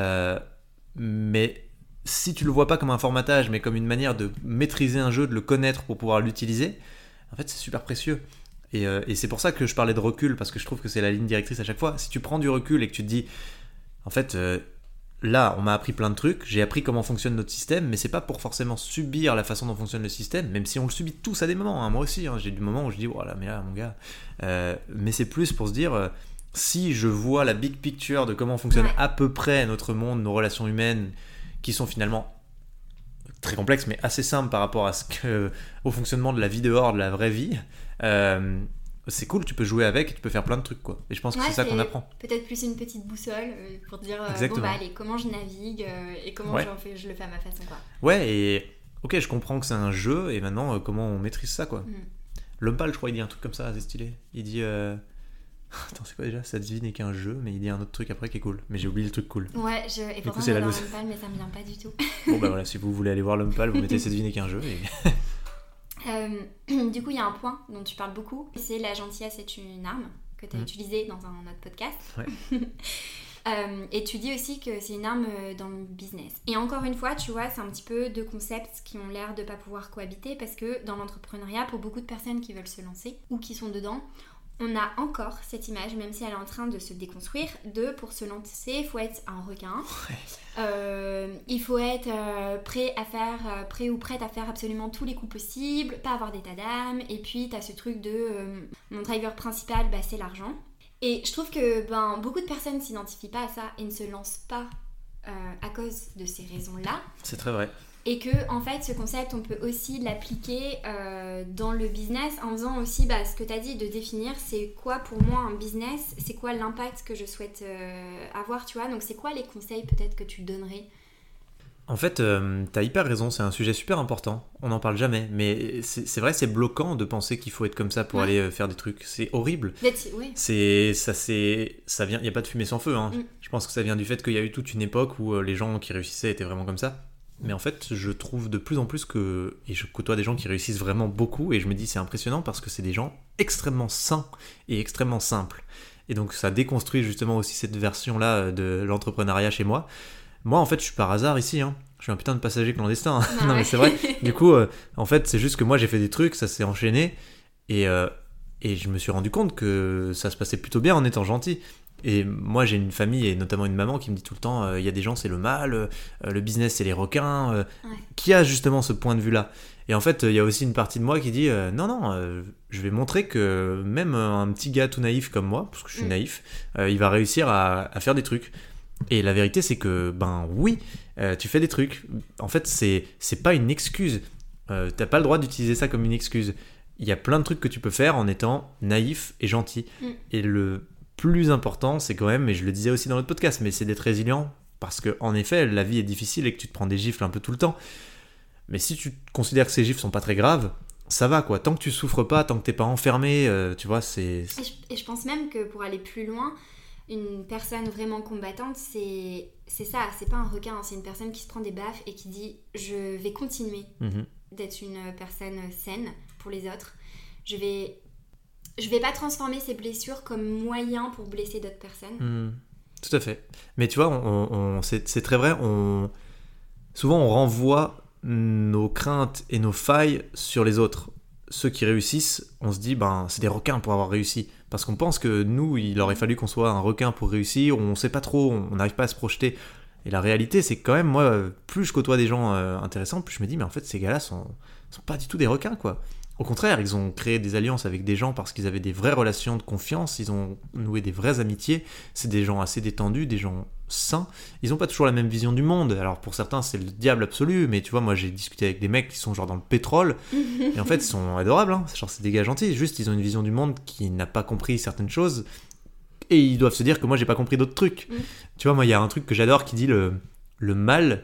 mais si tu le vois pas comme un formatage mais comme une manière de maîtriser un jeu, de le connaître pour pouvoir l'utiliser, en fait c'est super précieux. Et c'est pour ça que je parlais de recul, parce que je trouve que c'est la ligne directrice à chaque fois. Si tu prends du recul et que tu te dis en fait là on m'a appris plein de trucs, j'ai appris comment fonctionne notre système, mais c'est pas pour forcément subir la façon dont fonctionne le système, même si on le subit tous à des moments, hein. Moi aussi j'ai du moment où je dis voilà mais là mon gars mais c'est plus pour se dire si je vois la big picture de comment fonctionne à peu près notre monde, nos relations humaines qui sont finalement très complexe, mais assez simple par rapport au fonctionnement de la vie dehors, de la vraie vie, c'est cool, tu peux jouer avec et tu peux faire plein de trucs, quoi. Et je pense que c'est ça qu'on apprend. Peut-être plus une petite boussole pour dire allez, comment je navigue et comment je le fais à ma façon, quoi. Ouais, et ok, je comprends que c'est un jeu, et maintenant, comment on maîtrise ça, quoi. Lompal, je crois, il dit un truc comme ça, assez stylé. Il dit... Attends, c'est quoi déjà? Ça devine n'est qu'un jeu, mais il dit un autre truc après qui est cool. Mais j'ai oublié le truc cool. Ouais, et pourtant c'est Lompal, mais ça me vient pas du tout. Bon, bah voilà, si vous voulez aller voir Lompal, vous mettez c'est devine n'est qu'un jeu. Et... Du coup, il y a un point dont tu parles beaucoup, c'est la gentillesse est une arme que tu as utilisée dans un autre podcast. Ouais. Et tu dis aussi que c'est une arme dans le business. Et encore une fois, tu vois, c'est un petit peu deux concepts qui ont l'air de pas pouvoir cohabiter parce que dans l'entrepreneuriat, pour beaucoup de personnes qui veulent se lancer ou qui sont dedans, on a encore cette image, même si elle est en train de se déconstruire, pour se lancer, il faut être un requin. Ouais. Il faut être prêt ou prête à faire absolument tous les coups possibles, pas avoir d'état d'âme. Et puis, t'as ce truc de mon driver principal, c'est l'argent. Et je trouve que beaucoup de personnes ne s'identifient pas à ça et ne se lancent pas à cause de ces raisons-là. C'est très vrai. Et que, en fait, ce concept, on peut aussi l'appliquer dans le business en faisant aussi ce que tu as dit, de définir c'est quoi pour moi un business, c'est quoi l'impact que je souhaite avoir, tu vois. Donc, c'est quoi les conseils peut-être que tu donnerais? En fait, t'as hyper raison, c'est un sujet super important. On n'en parle jamais, mais c'est vrai, c'est bloquant de penser qu'il faut être comme ça pour aller faire des trucs. C'est horrible. Oui. Ça vient, il n'y a pas de fumée sans feu. Hein. Je pense que ça vient du fait qu'il y a eu toute une époque où les gens qui réussissaient étaient vraiment comme ça. Mais en fait, je trouve de plus en plus et je côtoie des gens qui réussissent vraiment beaucoup, et je me dis c'est impressionnant parce que c'est des gens extrêmement sains et extrêmement simples. Et donc ça déconstruit justement aussi cette version-là de l'entrepreneuriat chez moi. Moi, en fait, je suis par hasard ici, hein. Je suis un putain de passager clandestin. Hein. Non, mais c'est vrai. Du coup, en fait, c'est juste que moi, j'ai fait des trucs, ça s'est enchaîné, et je me suis rendu compte que ça se passait plutôt bien en étant gentil. Et moi j'ai une famille et notamment une maman qui me dit tout le temps il y a des gens c'est le mal, le business c'est les requins, qui a justement ce point de vue là. Et en fait il y a aussi une partie de moi qui dit non, je vais montrer que même un petit gars tout naïf comme moi, parce que je suis naïf, il va réussir à faire des trucs. Et la vérité c'est que oui, tu fais des trucs. En fait c'est pas une excuse, t'as pas le droit d'utiliser ça comme une excuse. Il y a plein de trucs que tu peux faire en étant naïf et gentil. Et le plus important, c'est quand même, et je le disais aussi dans notre podcast, mais c'est d'être résilient, parce que en effet, la vie est difficile et que tu te prends des gifles un peu tout le temps. Mais si tu considères que ces gifles sont pas très graves, ça va quoi. Tant que tu souffres pas, tant que t'es pas enfermé, tu vois, c'est... Et je pense même que pour aller plus loin, une personne vraiment combattante, c'est ça, c'est pas un requin, c'est une personne qui se prend des baffes et qui dit « je vais continuer d'être une personne saine pour les autres, je vais pas transformer ces blessures comme moyen pour blesser d'autres personnes. » Tout à fait. Mais tu vois, c'est très vrai, souvent on renvoie nos craintes et nos failles sur les autres. Ceux qui réussissent, on se dit, c'est des requins pour avoir réussi. Parce qu'on pense que nous, il aurait fallu qu'on soit un requin pour réussir, on sait pas trop, on n'arrive pas à se projeter. Et la réalité, c'est que quand même, moi, plus je côtoie des gens intéressants, plus je me dis, mais en fait, ces gars-là sont pas du tout des requins, quoi. Au contraire, ils ont créé des alliances avec des gens parce qu'ils avaient des vraies relations de confiance, ils ont noué des vraies amitiés, c'est des gens assez détendus, des gens sains, ils n'ont pas toujours la même vision du monde, alors pour certains c'est le diable absolu, mais tu vois, moi j'ai discuté avec des mecs qui sont genre dans le pétrole, et en fait ils sont adorables, hein. Genre c'est des gars gentils, juste ils ont une vision du monde qui n'a pas compris certaines choses, et ils doivent se dire que moi j'ai pas compris d'autres trucs. Tu vois, moi il y a un truc que j'adore qui dit le mal,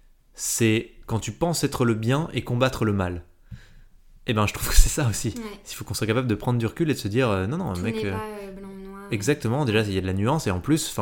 c'est quand tu penses être le bien et combattre le mal. Et je trouve que c'est ça aussi. Ouais. Il faut qu'on soit capable de prendre du recul et de se dire non, tout mec. N'est pas blanc ou noir. Exactement, déjà il y a de la nuance et en plus,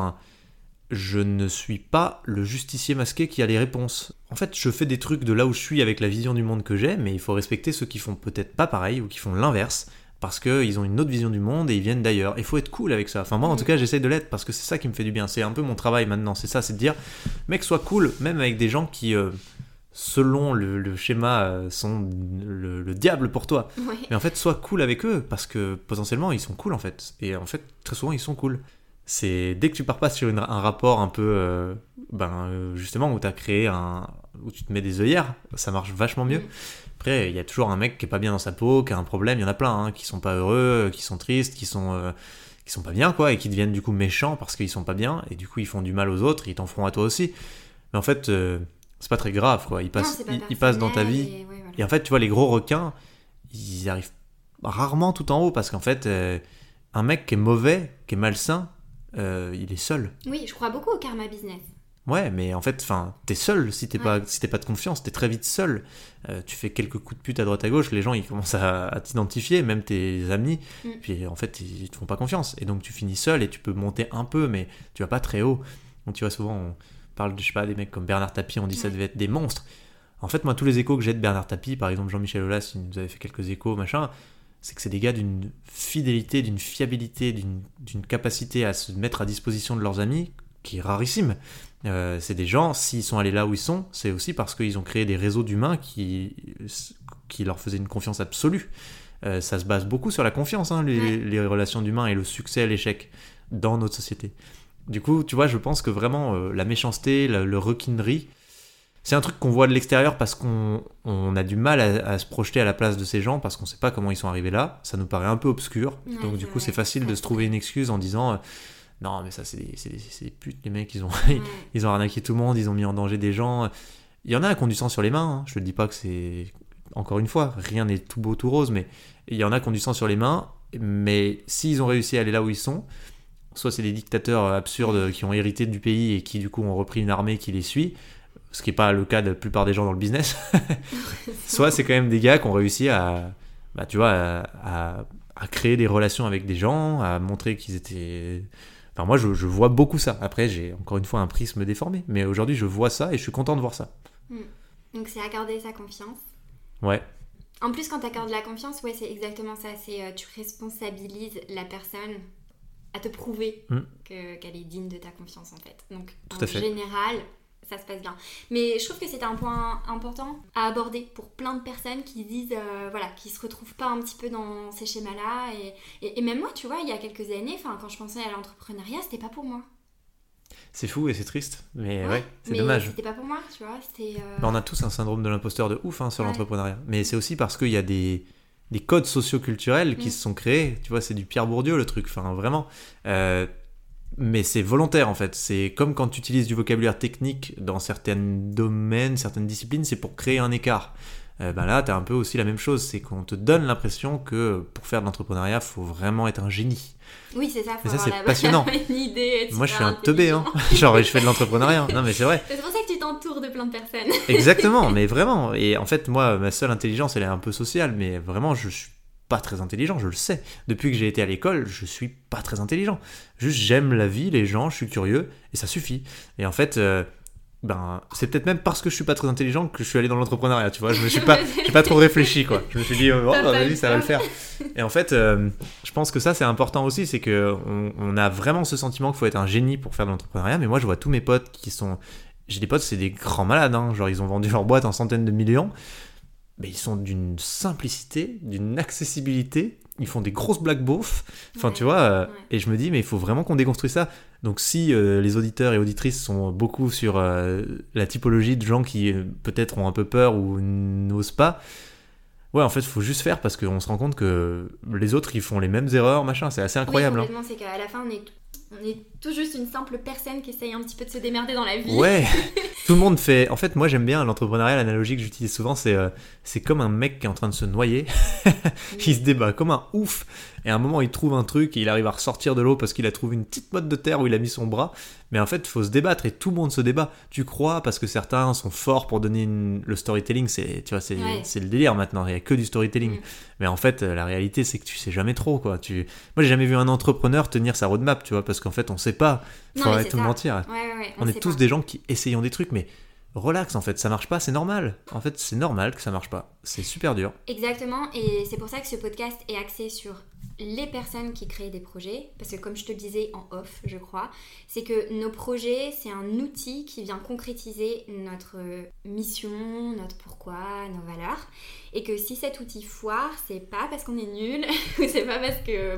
je ne suis pas le justicier masqué qui a les réponses. En fait, je fais des trucs de là où je suis avec la vision du monde que j'ai, mais il faut respecter ceux qui font peut-être pas pareil ou qui font l'inverse parce qu'ils ont une autre vision du monde et ils viennent d'ailleurs. Il faut être cool avec ça. Enfin, moi en tout cas, j'essaye de l'être parce que c'est ça qui me fait du bien. C'est un peu mon travail maintenant, c'est ça, c'est de dire mec, sois cool, même avec des gens qui. Selon le schéma, sont le diable pour toi. Ouais. Mais en fait, sois cool avec eux, parce que potentiellement, ils sont cool en fait. Et en fait, très souvent, ils sont cool. C'est dès que tu pars pas sur un rapport un peu, justement, où tu as créé où tu te mets des œillères, ça marche vachement mieux. Après, il y a toujours un mec qui est pas bien dans sa peau, qui a un problème, il y en a plein, hein, qui sont pas heureux, qui sont tristes, qui sont pas bien, quoi, et qui deviennent du coup méchants parce qu'ils sont pas bien, et du coup, ils font du mal aux autres, ils t'en feront à toi aussi. Mais en fait... c'est pas très grave, quoi. Ils passent dans ta vie. Et, ouais, voilà. Et en fait, tu vois, les gros requins, ils arrivent rarement tout en haut parce qu'en fait, un mec qui est mauvais, qui est malsain, il est seul. Oui, je crois beaucoup au karma business. Ouais, mais en fait, t'es seul si t'es Ouais. pas, si t'es pas de confiance, t'es très vite seul. Tu fais quelques coups de pute à droite à gauche, les gens ils commencent à t'identifier, même tes amis, puis en fait ils te font pas confiance. Et donc tu finis seul et tu peux monter un peu, mais tu vas pas très haut. Donc tu vois, souvent on parle je sais pas, des mecs comme Bernard Tapie, on dit ça devait être des monstres. En fait, moi, tous les échos que j'ai de Bernard Tapie, par exemple Jean-Michel Aulas, il nous avait fait quelques échos, machin, c'est que c'est des gars d'une fidélité, d'une fiabilité, d'une capacité à se mettre à disposition de leurs amis qui est rarissime. C'est des gens, s'ils sont allés là où ils sont, c'est aussi parce qu'ils ont créé des réseaux d'humains qui leur faisaient une confiance absolue. Ça se base beaucoup sur la confiance, hein, les relations d'humains et le succès et l'échec dans notre société. Du coup, tu vois, je pense que vraiment la méchanceté, le requinerie, c'est un truc qu'on voit de l'extérieur parce qu'on a du mal à se projeter à la place de ces gens parce qu'on sait pas comment ils sont arrivés là. Ça nous paraît un peu obscur. Ouais, donc du coup, c'est facile de se trouver une excuse en disant non, mais ça, c'est des putes, les mecs, ils ont arnaqué tout le monde, ils ont mis en danger des gens. Il y en a qui ont du sang sur les mains, hein. Je te dis pas que c'est... Encore une fois, rien n'est tout beau, tout rose, mais il y en a qui ont du sang sur les mains, mais s'ils ont réussi à aller là où ils sont, soit c'est des dictateurs absurdes qui ont hérité du pays et qui, du coup, ont repris une armée qui les suit, ce qui n'est pas le cas de la plupart des gens dans le business, soit c'est quand même des gars qui ont réussi à créer des relations avec des gens, à montrer qu'ils étaient... Enfin, moi, je vois beaucoup ça. Après, j'ai encore une fois un prisme déformé. Mais aujourd'hui, je vois ça et je suis content de voir ça. Donc, c'est accorder sa confiance. Ouais. En plus, quand tu accordes la confiance, ouais, c'est exactement ça. C'est tu responsabilises la personne à te prouver qu'elle est digne de ta confiance, en fait. Donc, en général, ça se passe bien. Mais je trouve que c'est un point important à aborder pour plein de personnes qui disent, qui se retrouvent pas un petit peu dans ces schémas-là. Et même moi, tu vois, il y a quelques années, quand je pensais à l'entrepreneuriat, c'était pas pour moi. C'est fou et c'est triste, mais ouais, c'est dommage. C'était pas pour moi, tu vois. On a tous un syndrome de l'imposteur de ouf sur l'entrepreneuriat. Mais c'est aussi parce qu'il y a des codes socio-culturels qui se sont créés. Tu vois, c'est du Pierre Bourdieu le truc, vraiment. Mais c'est volontaire en fait. C'est comme quand tu utilises du vocabulaire technique dans certains domaines, certaines disciplines, c'est pour créer un écart. Là, t'as un peu aussi la même chose. C'est qu'on te donne l'impression que pour faire de l'entrepreneuriat, faut vraiment être un génie. Oui, c'est ça. Mais ça, c'est passionnant. Une idée. Moi, je suis un teubé, hein. Genre, je fais de l'entrepreneuriat. Non, mais c'est vrai. C'est pour ça que tu t'entoures de plein de personnes. Exactement, mais vraiment. Et en fait, moi, ma seule intelligence, elle est un peu sociale, mais vraiment, je suis pas très intelligent, je le sais. Depuis que j'ai été à l'école, je suis pas très intelligent. Juste, j'aime la vie, les gens, je suis curieux, et ça suffit. Et en fait, c'est peut-être même parce que je suis pas très intelligent que je suis allé dans l'entrepreneuriat, tu vois. J'ai pas trop réfléchi, quoi. Je me suis dit, vas-y, ça va le faire. Et en fait, je pense que ça, c'est important aussi, c'est que on a vraiment ce sentiment qu'il faut être un génie pour faire de l'entrepreneuriat, mais moi, je vois tous mes potes qui sont... J'ai des potes, c'est des grands malades, hein. Genre, ils ont vendu leur boîte en centaines de millions, mais ils sont d'une simplicité, d'une accessibilité, ils font des grosses blagues beaufs, tu vois, et je me dis, mais il faut vraiment qu'on déconstruise ça. Donc si les auditeurs et auditrices sont beaucoup sur la typologie de gens qui peut-être ont un peu peur ou n'osent pas, ouais, en fait, il faut juste faire parce qu'on se rend compte que les autres, ils font les mêmes erreurs, machin, c'est assez incroyable. Oui, complètement, c'est qu'à la fin, on est tout juste une simple personne qui essaye un petit peu de se démerder dans la vie. Ouais, tout le monde fait... En fait, moi, j'aime bien l'entrepreneuriat, l'analogie que j'utilise souvent, c'est comme un mec qui est en train de se noyer. Il se débat comme un ouf. Et à un moment, il trouve un truc et il arrive à ressortir de l'eau parce qu'il a trouvé une petite motte de terre où il a mis son bras. Mais en fait, il faut se débattre et tout le monde se débat. Tu crois parce que certains sont forts pour donner le storytelling. C'est le délire maintenant. Il n'y a que du storytelling. Mais en fait, la réalité, c'est que tu sais jamais trop, quoi. Moi, j'ai jamais vu un entrepreneur tenir sa roadmap, tu vois, parce qu'en fait, on sait pas. Il faudrait tout mentir. On est tous des gens qui essayons des trucs, mais relax, en fait, ça marche pas, c'est normal. En fait, c'est normal que ça marche pas. C'est super dur. Exactement, et c'est pour ça que ce podcast est axé sur les personnes qui créent des projets, parce que comme je te le disais en off, je crois, c'est que nos projets, c'est un outil qui vient concrétiser notre mission, notre pourquoi, nos valeurs, et que si cet outil foire, c'est pas parce qu'on est nul, ou c'est pas parce que,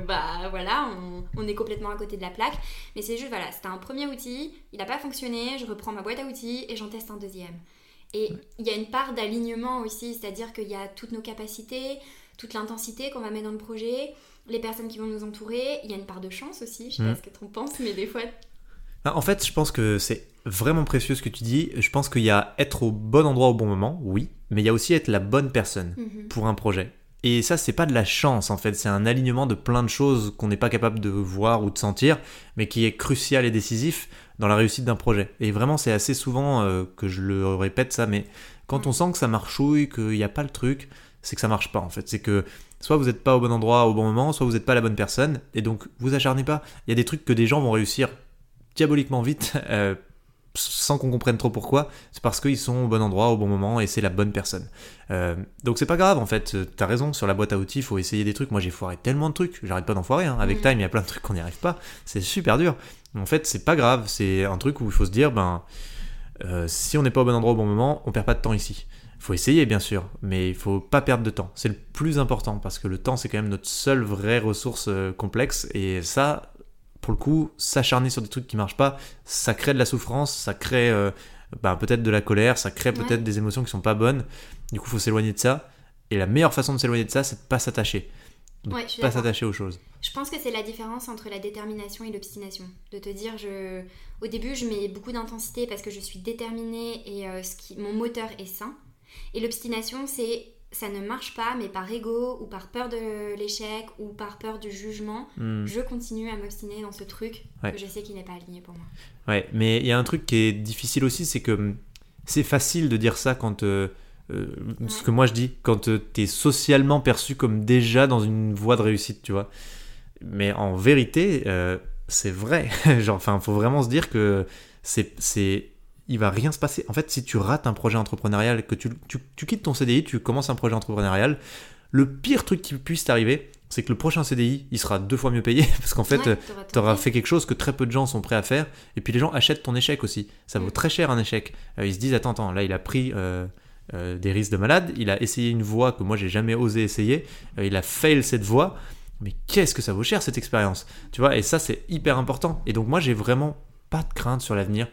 on est complètement à côté de la plaque, mais c'est juste, c'était un premier outil, il a pas fonctionné, je reprends ma boîte à outils et j'en teste un deuxième. Et il y a une part d'alignement aussi, c'est-à-dire qu'il y a toutes nos capacités, toute l'intensité qu'on va mettre dans le projet, les personnes qui vont nous entourer, il y a une part de chance aussi, je sais pas ce que tu en penses, mais des fois... En fait, je pense que c'est vraiment précieux ce que tu dis. Je pense qu'il y a être au bon endroit au bon moment, oui, mais il y a aussi être la bonne personne pour un projet. Et ça, c'est pas de la chance en fait, c'est un alignement de plein de choses qu'on n'est pas capable de voir ou de sentir, mais qui est crucial et décisif dans la réussite d'un projet. Et vraiment, c'est assez souvent que je le répète ça, mais quand on sent que ça marchouille, qu'il n'y a pas le truc, c'est que ça marche pas en fait. C'est que soit vous n'êtes pas au bon endroit au bon moment, soit vous n'êtes pas la bonne personne, et donc vous acharnez pas. Il y a des trucs que des gens vont réussir diaboliquement vite, sans qu'on comprenne trop pourquoi, c'est parce qu'ils sont au bon endroit, au bon moment, et c'est la bonne personne. Donc c'est pas grave en fait, t'as raison, sur la boîte à outils, il faut essayer des trucs. Moi j'ai foiré tellement de trucs, j'arrête pas d'en foirer, hein. Avec Time il y a plein de trucs qu'on n'y arrive pas, c'est super dur. En fait c'est pas grave, c'est un truc où il faut se dire, si on n'est pas au bon endroit au bon moment, on perd pas de temps ici. Il faut essayer bien sûr, mais il faut pas perdre de temps, c'est le plus important, parce que le temps c'est quand même notre seule vraie ressource complexe, et ça, pour le coup, s'acharner sur des trucs qui marchent pas, ça crée de la souffrance, ça crée peut-être de la colère, ça crée peut-être des émotions qui sont pas bonnes. Du coup, il faut s'éloigner de ça. Et la meilleure façon de s'éloigner de ça, c'est de pas s'attacher. Pas s'attacher aux choses. Je pense que c'est la différence entre la détermination et l'obstination. De te dire, au début, je mets beaucoup d'intensité parce que je suis déterminée et mon moteur est sain. Et l'obstination, c'est ça ne marche pas, mais par ego ou par peur de l'échec ou par peur du jugement, je continue à m'obstiner dans ce truc que je sais qui n'est pas aligné pour moi. Ouais, mais il y a un truc qui est difficile aussi, c'est que c'est facile de dire ça quand... ce que moi je dis, quand t'es socialement perçu comme déjà dans une voie de réussite, tu vois. Mais en vérité, c'est vrai. Faut vraiment se dire que il va rien se passer. En fait, si tu rates un projet entrepreneurial, que tu quittes ton CDI, tu commences un projet entrepreneurial, le pire truc qui puisse t'arriver, c'est que le prochain CDI, il sera 2 fois mieux payé, parce qu'en fait, t'auras fait quelque chose que très peu de gens sont prêts à faire, et puis les gens achètent ton échec aussi. Ça vaut très cher un échec. Ils se disent, attends, là il a pris des risques de malade, il a essayé une voie que moi j'ai jamais osé essayer, il a fail cette voie, mais qu'est-ce que ça vaut cher cette expérience, tu vois, et ça c'est hyper important. Et donc moi j'ai vraiment pas de crainte sur l'avenir.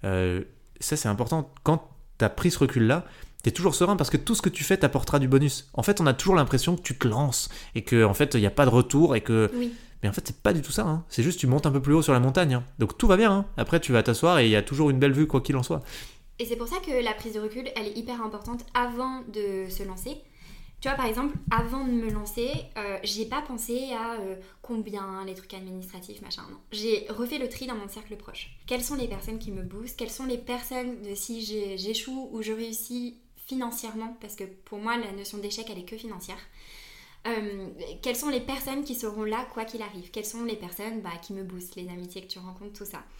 Ça c'est important, quand t'as pris ce recul là, t'es toujours serein parce que tout ce que tu fais t'apportera du bonus. En fait on a toujours l'impression que tu te lances et que en fait il n'y a pas de retour et que... Oui. Mais en fait c'est pas du tout ça, hein. C'est juste tu montes un peu plus haut sur la montagne, hein. Donc tout va bien, hein. Après tu vas t'asseoir et il y a toujours une belle vue quoi qu'il en soit. Et c'est pour ça que la prise de recul elle est hyper importante avant de se lancer. Tu vois, par exemple, avant de me lancer, j'ai pas pensé à combien les trucs administratifs, machin, non. J'ai refait le tri dans mon cercle proche. Quelles sont les personnes qui me boostent? Quelles sont les personnes de si j'échoue ou je réussis financièrement? Parce que pour moi, la notion d'échec, elle est que financière. Quelles sont les personnes qui seront là quoi qu'il arrive? Quelles sont les personnes qui me boostent? Les amitiés que tu rencontres, tout ça.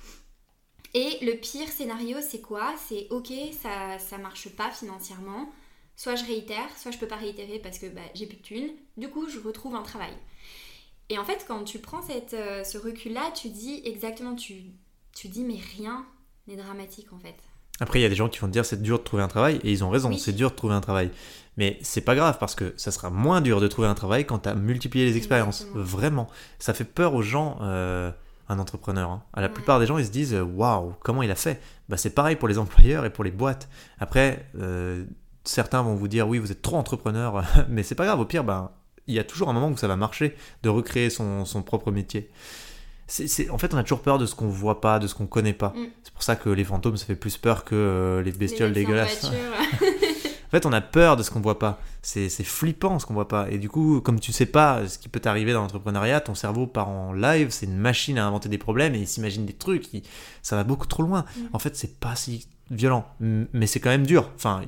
Et le pire scénario, c'est quoi? C'est ok, ça marche pas financièrement. Soit je réitère, soit je peux pas réitérer parce que j'ai plus de thunes. Du coup, je retrouve un travail. Et en fait, quand tu prends ce recul-là, tu dis exactement, tu dis mais rien n'est dramatique en fait. Après, il y a des gens qui vont te dire c'est dur de trouver un travail et ils ont raison, c'est dur de trouver un travail. Mais c'est pas grave parce que ça sera moins dur de trouver un travail quand tu as multiplié les expériences. Exactement. Vraiment. Ça fait peur aux gens, un entrepreneur. Hein. À la plupart des gens, ils se disent waouh, comment il a fait? C'est pareil pour les employeurs et pour les boîtes. Après, certains vont vous dire oui, vous êtes trop entrepreneur, mais c'est pas grave, au pire, il y a toujours un moment où ça va marcher de recréer son propre métier. En fait, on a toujours peur de ce qu'on voit pas, de ce qu'on connaît pas. C'est pour ça que les fantômes, ça fait plus peur que les bestioles dégueulasses. En fait, on a peur de ce qu'on voit pas. C'est flippant ce qu'on voit pas. Et du coup, comme tu sais pas ce qui peut t'arriver dans l'entrepreneuriat, ton cerveau part en live, c'est une machine à inventer des problèmes et il s'imagine des trucs, ça va beaucoup trop loin. En fait, c'est pas si violent, mais c'est quand même dur.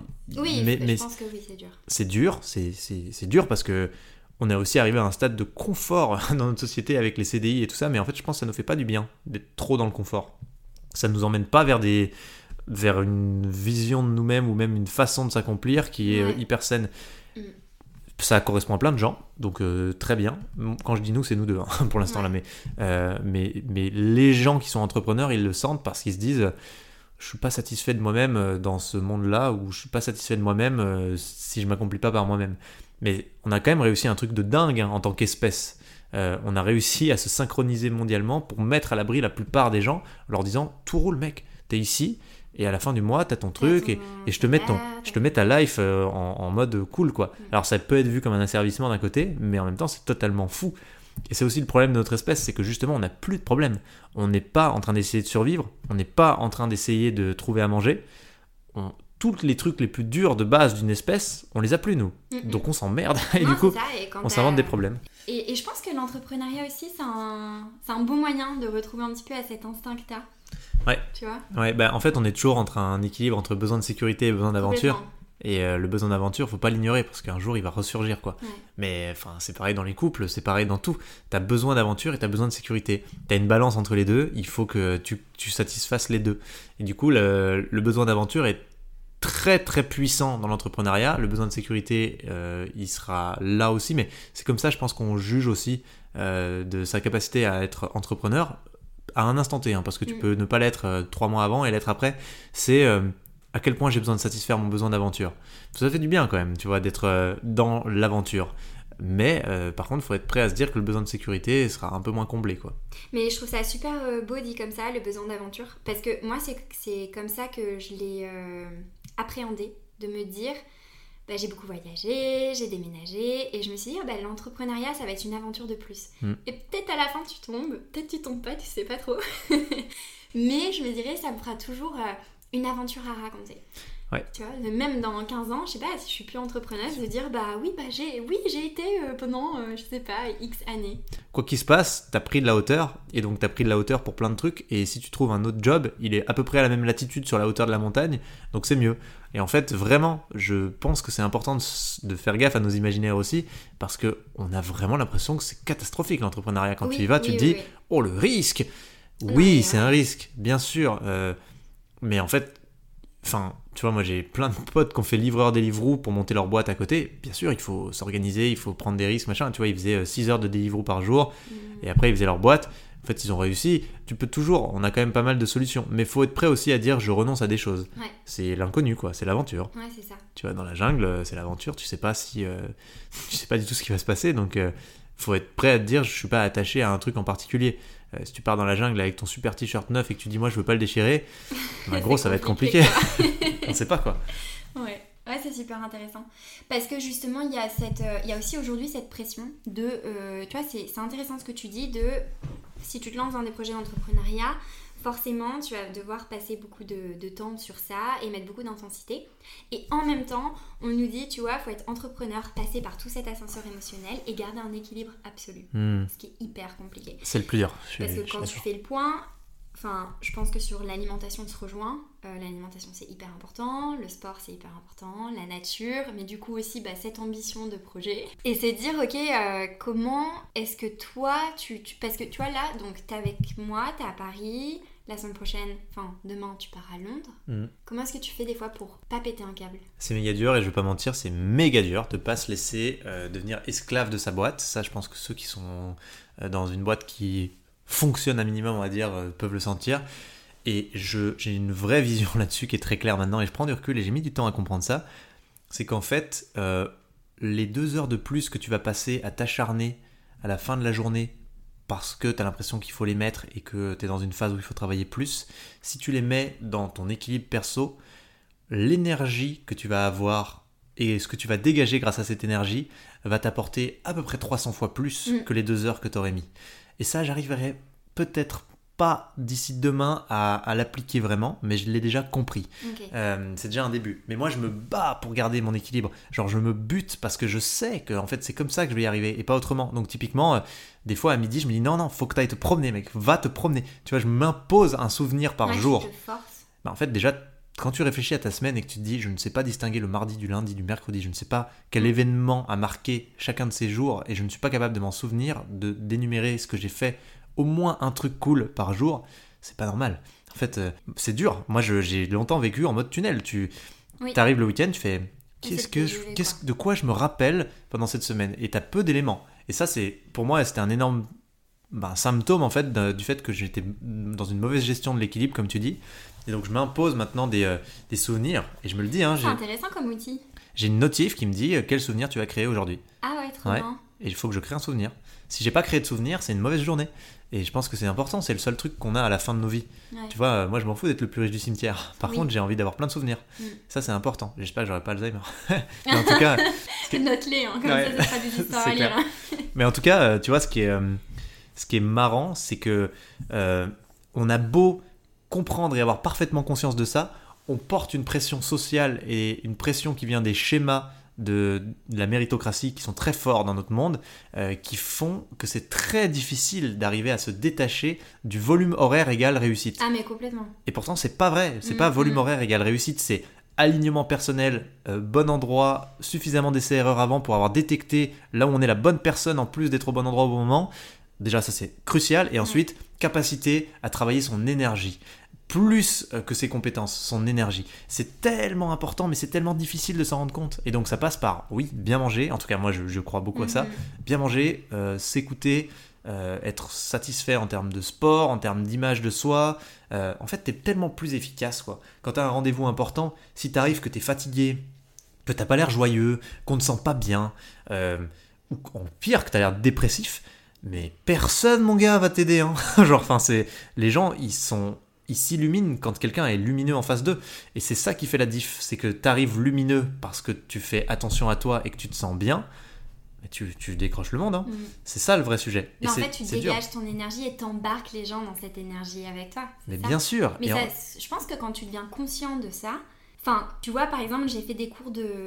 Je pense que oui, c'est dur. C'est dur, c'est dur parce que on est aussi arrivé à un stade de confort dans notre société avec les CDI et tout ça, mais en fait, je pense que ça nous fait pas du bien d'être trop dans le confort. Ça nous emmène pas vers une vision de nous-mêmes ou même une façon de s'accomplir qui est hyper saine. Ça correspond à plein de gens, donc très bien. Quand je dis nous, c'est nous deux hein, pour l'instant là, mais les gens qui sont entrepreneurs, ils le sentent parce qu'ils se disent je suis pas satisfait de moi-même dans ce monde-là, ou je suis pas satisfait de moi-même si je m'accomplis pas par moi-même. Mais on a quand même réussi un truc de dingue en tant qu'espèce. On a réussi à se synchroniser mondialement pour mettre à l'abri la plupart des gens en leur disant tout roule mec, t'es ici et à la fin du mois t'as ton truc et je te mets ta life en mode cool quoi. Alors ça peut être vu comme un asservissement d'un côté, mais en même temps c'est totalement fou. Et c'est aussi le problème de notre espèce, c'est que justement, on n'a plus de problème. On n'est pas en train d'essayer de survivre, on n'est pas en train d'essayer de trouver à manger. Tous les trucs les plus durs de base d'une espèce, on les a plus, nous. Donc on s'emmerde, et du coup, on s'invente des problèmes. Et je pense que l'entrepreneuriat aussi, c'est un bon moyen de retrouver un petit peu à cet instinct que t'as. Ouais. Tu vois ? Ouais, en fait, on est toujours entre un équilibre entre besoin de sécurité et besoin d'aventure. Et le besoin d'aventure, faut pas l'ignorer parce qu'un jour il va ressurgir, quoi. Ouais. Mais enfin, c'est pareil dans les couples, c'est pareil dans tout. T'as besoin d'aventure et t'as besoin de sécurité. T'as une balance entre les deux, il faut que tu satisfasses les deux. Et du coup, le besoin d'aventure est très très puissant dans l'entrepreneuriat. Le besoin de sécurité, il sera là aussi. Mais c'est comme ça, je pense qu'on juge aussi de sa capacité à être entrepreneur à un instant T, hein, parce que tu peux ne pas l'être 3 mois avant et l'être après. C'est à quel point j'ai besoin de satisfaire mon besoin d'aventure. Ça fait du bien quand même, tu vois, d'être dans l'aventure. Mais par contre, il faut être prêt à se dire que le besoin de sécurité sera un peu moins comblé, quoi. Mais je trouve ça super beau dit comme ça, le besoin d'aventure. Parce que moi, c'est comme ça que je l'ai appréhendé, de me dire, j'ai beaucoup voyagé, j'ai déménagé, et je me suis dit, l'entrepreneuriat, ça va être une aventure de plus. Et peut-être à la fin, tu tombes, peut-être tu tombes pas, tu sais pas trop. Mais je me dirais, ça me fera toujours une aventure à raconter. Ouais. Tu vois, même dans 15 ans, je sais pas, si je suis plus entrepreneuse, de dire j'ai été pendant, je sais pas, X années. Quoi qu'il se passe, t'as pris de la hauteur, et donc t'as pris de la hauteur pour plein de trucs, et si tu trouves un autre job, il est à peu près à la même latitude sur la hauteur de la montagne, donc c'est mieux. Et en fait, vraiment, je pense que c'est important de faire gaffe à nos imaginaires aussi, parce qu'on a vraiment l'impression que c'est catastrophique l'entrepreneuriat. Quand tu y vas, tu te dis, oh le risque. Oui, c'est un risque, bien sûr, mais en fait, tu vois, moi j'ai plein de potes qui ont fait livreur Deliveroo pour monter leur boîte à côté. Bien sûr, il faut s'organiser, il faut prendre des risques, machin. Tu vois, ils faisaient 6 heures de Deliveroo par jour et après ils faisaient leur boîte. En fait, ils ont réussi. Tu peux toujours, on a quand même pas mal de solutions. Mais il faut être prêt aussi à dire je renonce à des choses. Ouais. C'est l'inconnu, quoi. C'est l'aventure. Ouais, c'est ça. Tu vois, dans la jungle, c'est l'aventure. Tu sais pas si, tu sais pas du tout ce qui va se passer. Donc, faut être prêt à te dire je suis pas attaché à un truc en particulier. Si tu pars dans la jungle avec ton super t-shirt neuf et que tu dis moi je veux pas le déchirer, gros ça va être compliqué. On sait pas quoi. Ouais, c'est super intéressant. Parce que justement il y a aussi aujourd'hui cette pression de, tu vois, c'est intéressant ce que tu dis de, si tu te lances dans des projets d'entrepreneuriat, forcément tu vas devoir passer beaucoup de temps sur ça et mettre beaucoup d'intensité. Et en même temps, on nous dit, tu vois, faut être entrepreneur, passer par tout cet ascenseur émotionnel et garder un équilibre absolu. Ce qui est hyper compliqué. C'est le plus dur. Parce que quand tu fais le point, je pense que sur l'alimentation, on se rejoint. L'alimentation, c'est hyper important. Le sport, c'est hyper important. La nature. Mais du coup aussi, cette ambition de projet. Et c'est dire, ok, comment est-ce que toi, parce que tu vois là, donc t'es avec moi, t'es à Paris. La semaine prochaine, demain, tu pars à Londres. Comment est-ce que tu fais des fois pour pas péter un câble ? C'est méga dur et je vais pas mentir, c'est méga dur de pas se laisser devenir esclave de sa boîte. Ça, je pense que ceux qui sont dans une boîte qui fonctionne un minimum, on va dire, peuvent le sentir. Et j'ai une vraie vision là-dessus qui est très claire maintenant et je prends du recul et j'ai mis du temps à comprendre ça. C'est qu'en fait, les 2 heures de plus que tu vas passer à t'acharner à la fin de la journée parce que tu as l'impression qu'il faut les mettre et que tu es dans une phase où il faut travailler plus, si tu les mets dans ton équilibre perso, l'énergie que tu vas avoir et ce que tu vas dégager grâce à cette énergie va t'apporter à peu près 300 fois plus que les 2 heures que tu aurais mis. Et ça, j'arriverai peut-être pas d'ici demain à l'appliquer vraiment, mais je l'ai déjà compris. Okay. C'est déjà un début. Mais moi, je me bats pour garder mon équilibre. Genre, je me bute parce que je sais que en fait, c'est comme ça que je vais y arriver et pas autrement. Donc, typiquement, des fois à midi, je me dis non, faut que tu ailles te promener, mec. Va te promener. Tu vois, je m'impose un souvenir par jour. Tu te forces. En fait, déjà, quand tu réfléchis à ta semaine et que tu te dis je ne sais pas distinguer le mardi du lundi, du mercredi, je ne sais pas quel événement a marqué chacun de ces jours et je ne suis pas capable de m'en souvenir, d'énumérer ce que j'ai fait au moins un truc cool par jour, c'est pas normal. En fait, c'est dur. Moi, j'ai longtemps vécu en mode tunnel. Tu arrives le week-end, tu fais de quoi je me rappelle pendant cette semaine ? Et t'as peu d'éléments. Et ça, pour moi, c'était un énorme symptôme en fait du fait que j'étais dans une mauvaise gestion de l'équilibre, comme tu dis. Et donc, je m'impose maintenant des souvenirs. Et je me le dis. C'est intéressant comme outil. J'ai une notif qui me dit quel souvenir tu vas créer aujourd'hui. Ah ouais, trop bien. et il faut que je crée un souvenir. Si j'ai pas créé de souvenir, c'est une mauvaise journée. Et je pense que c'est important, c'est le seul truc qu'on a à la fin de nos vies. Ouais. Tu vois, moi je m'en fous d'être le plus riche du cimetière. Par contre, j'ai envie d'avoir plein de souvenirs. Ça, c'est important. J'espère que j'aurai pas Alzheimer. Mais en tout cas... Note-les, comme ça sera des histoires à lire. Mais en tout cas, tu vois, ce qui est marrant, c'est que on a beau comprendre et avoir parfaitement conscience de ça, on porte une pression sociale et une pression qui vient des schémas de la méritocratie qui sont très forts dans notre monde, qui font que c'est très difficile d'arriver à se détacher du volume horaire égal réussite. Ah mais complètement. Et pourtant c'est pas vrai, c'est pas volume horaire égal réussite, c'est alignement personnel, bon endroit, suffisamment d'essais erreurs avant pour avoir détecté là où on est la bonne personne en plus d'être au bon endroit au bon moment. Déjà ça c'est crucial, et ensuite capacité à travailler son énergie. Plus que ses compétences, son énergie. C'est tellement important, mais c'est tellement difficile de s'en rendre compte. Et donc ça passe par, oui, bien manger, en tout cas moi je crois beaucoup à ça, bien manger, s'écouter, être satisfait en termes de sport, en termes d'image de soi. En fait, t'es tellement plus efficace, quoi. Quand t'as un rendez-vous important, si t'arrives que t'es fatigué, que t'as pas l'air joyeux, qu'on ne sent pas bien, ou en pire que t'as l'air dépressif, mais personne, mon gars, va t'aider, hein. Genre, enfin, c'est... Les gens, ils s'illuminent quand quelqu'un est lumineux en face d'eux. Et c'est ça qui fait la diff. C'est que tu arrives lumineux parce que tu fais attention à toi et que tu te sens bien. Mais tu décroches le monde. Hein. C'est ça le vrai sujet. Mais et en fait, tu dégages dur. ton énergie et t'embarques les gens dans cette énergie avec toi. Mais ça. Bien sûr. Mais je pense que quand tu deviens conscient de ça... Enfin, tu vois, par exemple, j'ai fait des cours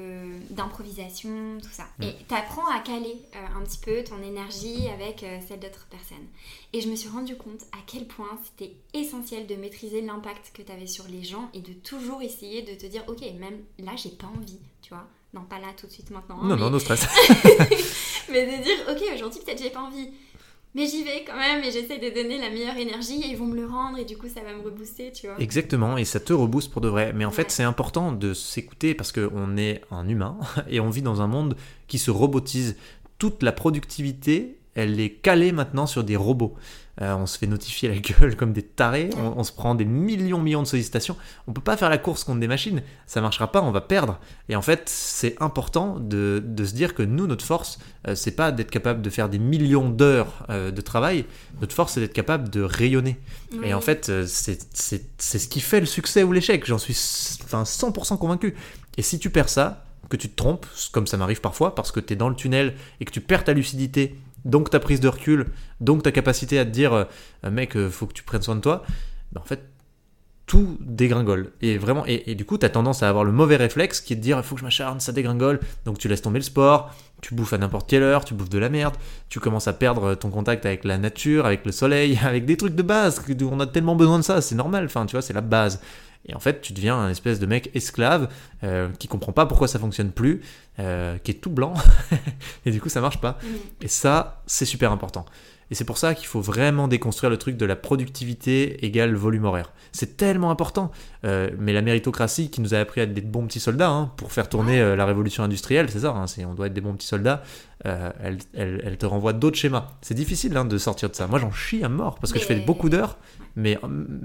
d'improvisation, tout ça. Et t'apprends à caler un petit peu ton énergie avec celle d'autres personnes. Et je me suis rendu compte à quel point c'était essentiel de maîtriser l'impact que t'avais sur les gens et de toujours essayer de te dire, ok, même là, j'ai pas envie, tu vois. Non, pas là, tout de suite, maintenant. Non, no stress. Mais de dire, ok, aujourd'hui, peut-être j'ai pas envie. Mais j'y vais quand même et j'essaie de donner la meilleure énergie et ils vont me le rendre et du coup ça va me rebooster, tu vois. Exactement, et ça te rebooste pour de vrai. Mais en fait, c'est important de s'écouter parce qu'on est un humain et on vit dans un monde qui se robotise. Toute la productivité, elle est calée maintenant sur des robots. On se fait notifier la gueule comme des tarés, on se prend des millions de sollicitations. On peut pas faire la course contre des machines, ça marchera pas, on va perdre. Et en fait, c'est important de se dire que nous, notre force, c'est pas d'être capable de faire des millions d'heures de travail. Notre force, c'est d'être capable de rayonner. Et en fait, c'est ce qui fait le succès ou l'échec. J'en suis 100% convaincu. Et si tu perds ça, que tu te trompes, comme ça m'arrive parfois, parce que tu es dans le tunnel et que tu perds ta lucidité, donc ta prise de recul, donc ta capacité à te dire mec, faut que tu prennes soin de toi, en fait, tout dégringole. Et vraiment, et du coup, tu as tendance à avoir le mauvais réflexe qui est de dire il faut que je m'acharne, ça dégringole. Donc tu laisses tomber le sport, tu bouffes à n'importe quelle heure, tu bouffes de la merde, tu commences à perdre ton contact avec la nature, avec le soleil, avec des trucs de base. On a tellement besoin de ça, c'est normal, enfin, tu vois, c'est la base. Et en fait, tu deviens un espèce de mec esclave qui comprend pas pourquoi ça fonctionne plus, qui est tout blanc, et du coup, ça marche pas. Et ça, c'est super important. Et c'est pour ça qu'il faut vraiment déconstruire le truc de la productivité égale volume horaire. C'est tellement important. Mais la méritocratie qui nous a appris à être des bons petits soldats pour faire tourner la révolution industrielle, c'est ça, on doit être des bons petits soldats, elle te renvoie d'autres schémas. C'est difficile de sortir de ça. Moi, j'en chie à mort parce que je fais beaucoup d'heures, mais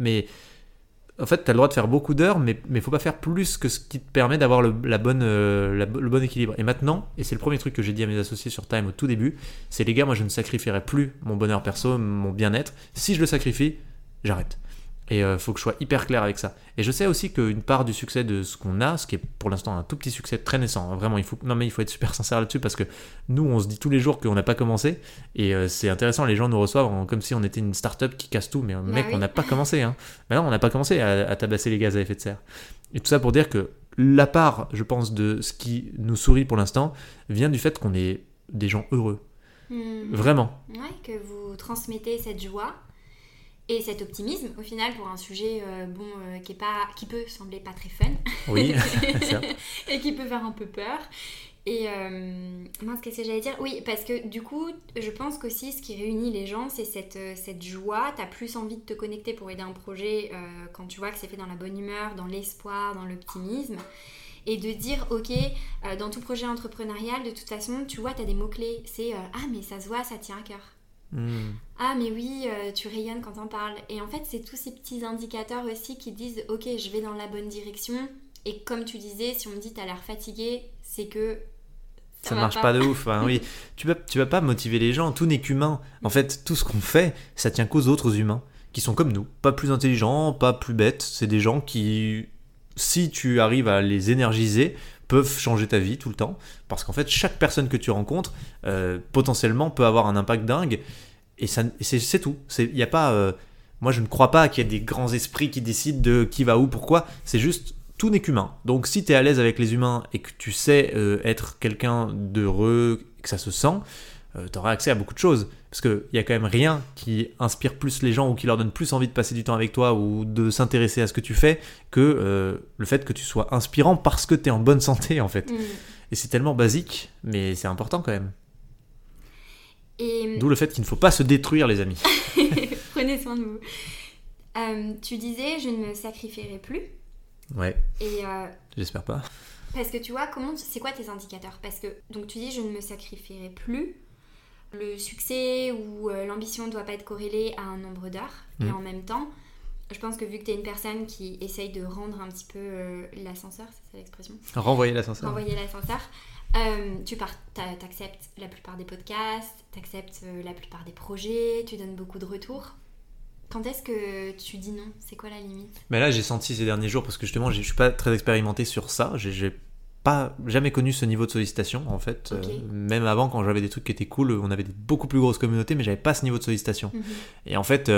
en fait, tu as le droit de faire beaucoup d'heures, mais il faut pas faire plus que ce qui te permet d'avoir le bon équilibre. Et maintenant, et c'est le premier truc que j'ai dit à mes associés sur Time au tout début, c'est les gars, moi je ne sacrifierai plus mon bonheur perso, mon bien-être. Si je le sacrifie, j'arrête. Et faut que je sois hyper clair avec ça. Et je sais aussi qu'une part du succès de ce qu'on a, ce qui est pour l'instant un tout petit succès très naissant, vraiment, il faut être super sincère là-dessus parce que nous, on se dit tous les jours qu'on n'a pas commencé. Et c'est intéressant, les gens nous reçoivent comme si on était une start-up qui casse tout. Mais mec, on n'a pas commencé. Mais non, on n'a pas commencé à tabasser les gaz à effet de serre. Et tout ça pour dire que la part, je pense, de ce qui nous sourit pour l'instant vient du fait qu'on est des gens heureux. Vraiment. Ouais, que vous transmettez cette joie. Et cet optimisme, au final, pour un sujet qui peut sembler pas très fun. Oui, c'est ça. Et qui peut faire un peu peur. Et qu'est-ce que j'allais dire ? Oui, parce que du coup, je pense qu'aussi, ce qui réunit les gens, c'est cette joie. T'as plus envie de te connecter pour aider un projet quand tu vois que c'est fait dans la bonne humeur, dans l'espoir, dans l'optimisme. Et de dire, ok, dans tout projet entrepreneurial, de toute façon, tu vois, t'as des mots-clés. C'est ah, mais ça se voit, ça tient à cœur. Ah mais oui, tu rayonnes quand t'en parles. Et en fait c'est tous ces petits indicateurs aussi qui disent ok, je vais dans la bonne direction. Et comme tu disais, si on me dit t'as l'air fatigué, c'est que Ça marche pas de ouf. Hein, oui. Tu vas pas motiver les gens, tout n'est qu'humain. En fait, tout ce qu'on fait, ça tient qu'aux autres humains, qui sont comme nous, pas plus intelligents, pas plus bêtes. C'est des gens qui, si tu arrives à les énergiser, peuvent changer ta vie tout le temps. Parce qu'en fait, chaque personne que tu rencontres, potentiellement, peut avoir un impact dingue. Et c'est tout. Il y a pas... moi, je ne crois pas qu'il y ait des grands esprits qui décident de qui va où, pourquoi. C'est juste... Tout n'est qu'humain. Donc si tu es à l'aise avec les humains et que tu sais être quelqu'un d'heureux, que ça se sent, tu auras accès à beaucoup de choses. Parce qu'il n'y a quand même rien qui inspire plus les gens ou qui leur donne plus envie de passer du temps avec toi ou de s'intéresser à ce que tu fais que le fait que tu sois inspirant parce que tu es en bonne santé en fait. Et c'est tellement basique, mais c'est important quand même. D'où le fait qu'il ne faut pas se détruire les amis. Prenez soin de vous. Tu disais, je ne me sacrifierai plus. Ouais. Et j'espère pas. Parce que tu vois, c'est quoi tes indicateurs ? Parce que donc tu dis je ne me sacrifierai plus. Le succès ou l'ambition ne doit pas être corrélé à un nombre d'heures. Et en même temps, je pense que vu que tu es une personne qui essaye de rendre un petit peu l'ascenseur, c'est ça l'expression ? Renvoyer l'ascenseur. T'acceptes la plupart des podcasts, t'acceptes la plupart des projets, tu donnes beaucoup de retours. Quand est-ce que tu dis non ? C'est quoi la limite ? Mais là, j'ai senti ces derniers jours, parce que justement, je suis pas très expérimenté sur ça. J'ai pas jamais connu ce niveau de sollicitation, en fait. Okay. Même avant, quand j'avais des trucs qui étaient cool, on avait des beaucoup plus grosses communautés, mais j'avais pas ce niveau de sollicitation. Et en fait,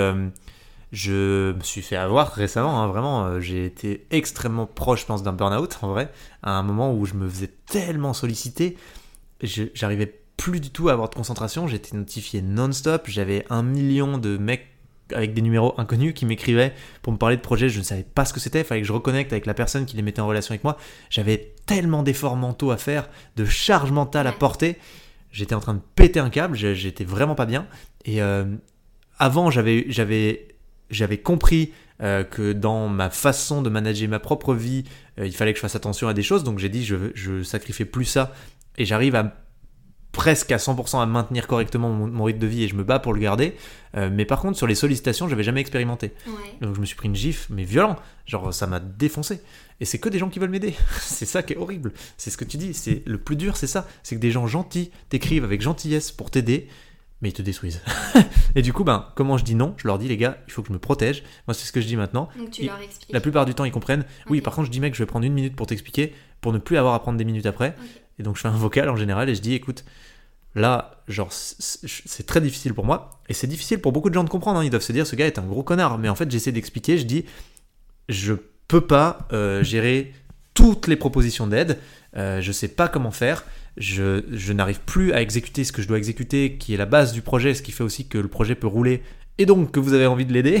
je me suis fait avoir récemment, hein, vraiment. J'ai été extrêmement proche, je pense, d'un burn-out, en vrai. À un moment où je me faisais tellement solliciter, j'arrivais plus du tout à avoir de concentration. J'étais notifié non-stop. J'avais 1 million de mecs avec des numéros inconnus qui m'écrivaient pour me parler de projets, je ne savais pas ce que c'était, il fallait que je reconnecte avec la personne qui les mettait en relation avec moi. J'avais tellement d'efforts mentaux à faire, de charge mentale à porter, j'étais en train de péter un câble, j'étais vraiment pas bien. Et avant, j'avais compris que dans ma façon de manager ma propre vie, il fallait que je fasse attention à des choses, donc j'ai dit je sacrifie plus ça, et j'arrive à presque à 100% à maintenir correctement mon rythme de vie et je me bats pour le garder, mais par contre sur les sollicitations j'avais jamais expérimenté, donc je me suis pris une gifle mais violent, genre ça m'a défoncé, et c'est que des gens qui veulent m'aider. C'est ça qui est horrible, c'est ce que tu dis, c'est le plus dur, c'est ça, c'est que des gens gentils t'écrivent avec gentillesse pour t'aider mais ils te détruisent. Et du coup, comment je dis non ? Je leur dis, les gars, il faut que je me protège. Moi, c'est ce que je dis maintenant. Donc tu leur expliques. La plupart du temps, ils comprennent. Oui, par contre, je dis, mec, je vais prendre 1 minute pour t'expliquer, pour ne plus avoir à prendre des minutes après. Et donc, je fais un vocal en général et je dis, écoute, là, genre, c'est très difficile pour moi. Et c'est difficile pour beaucoup de gens de comprendre. Hein. Ils doivent se dire, ce gars est un gros connard. Mais en fait, j'essaie d'expliquer. Je dis, je peux pas gérer toutes les propositions d'aide. Je sais pas comment faire. Je n'arrive plus à exécuter ce que je dois exécuter, qui est la base du projet, ce qui fait aussi que le projet peut rouler, et donc que vous avez envie de l'aider.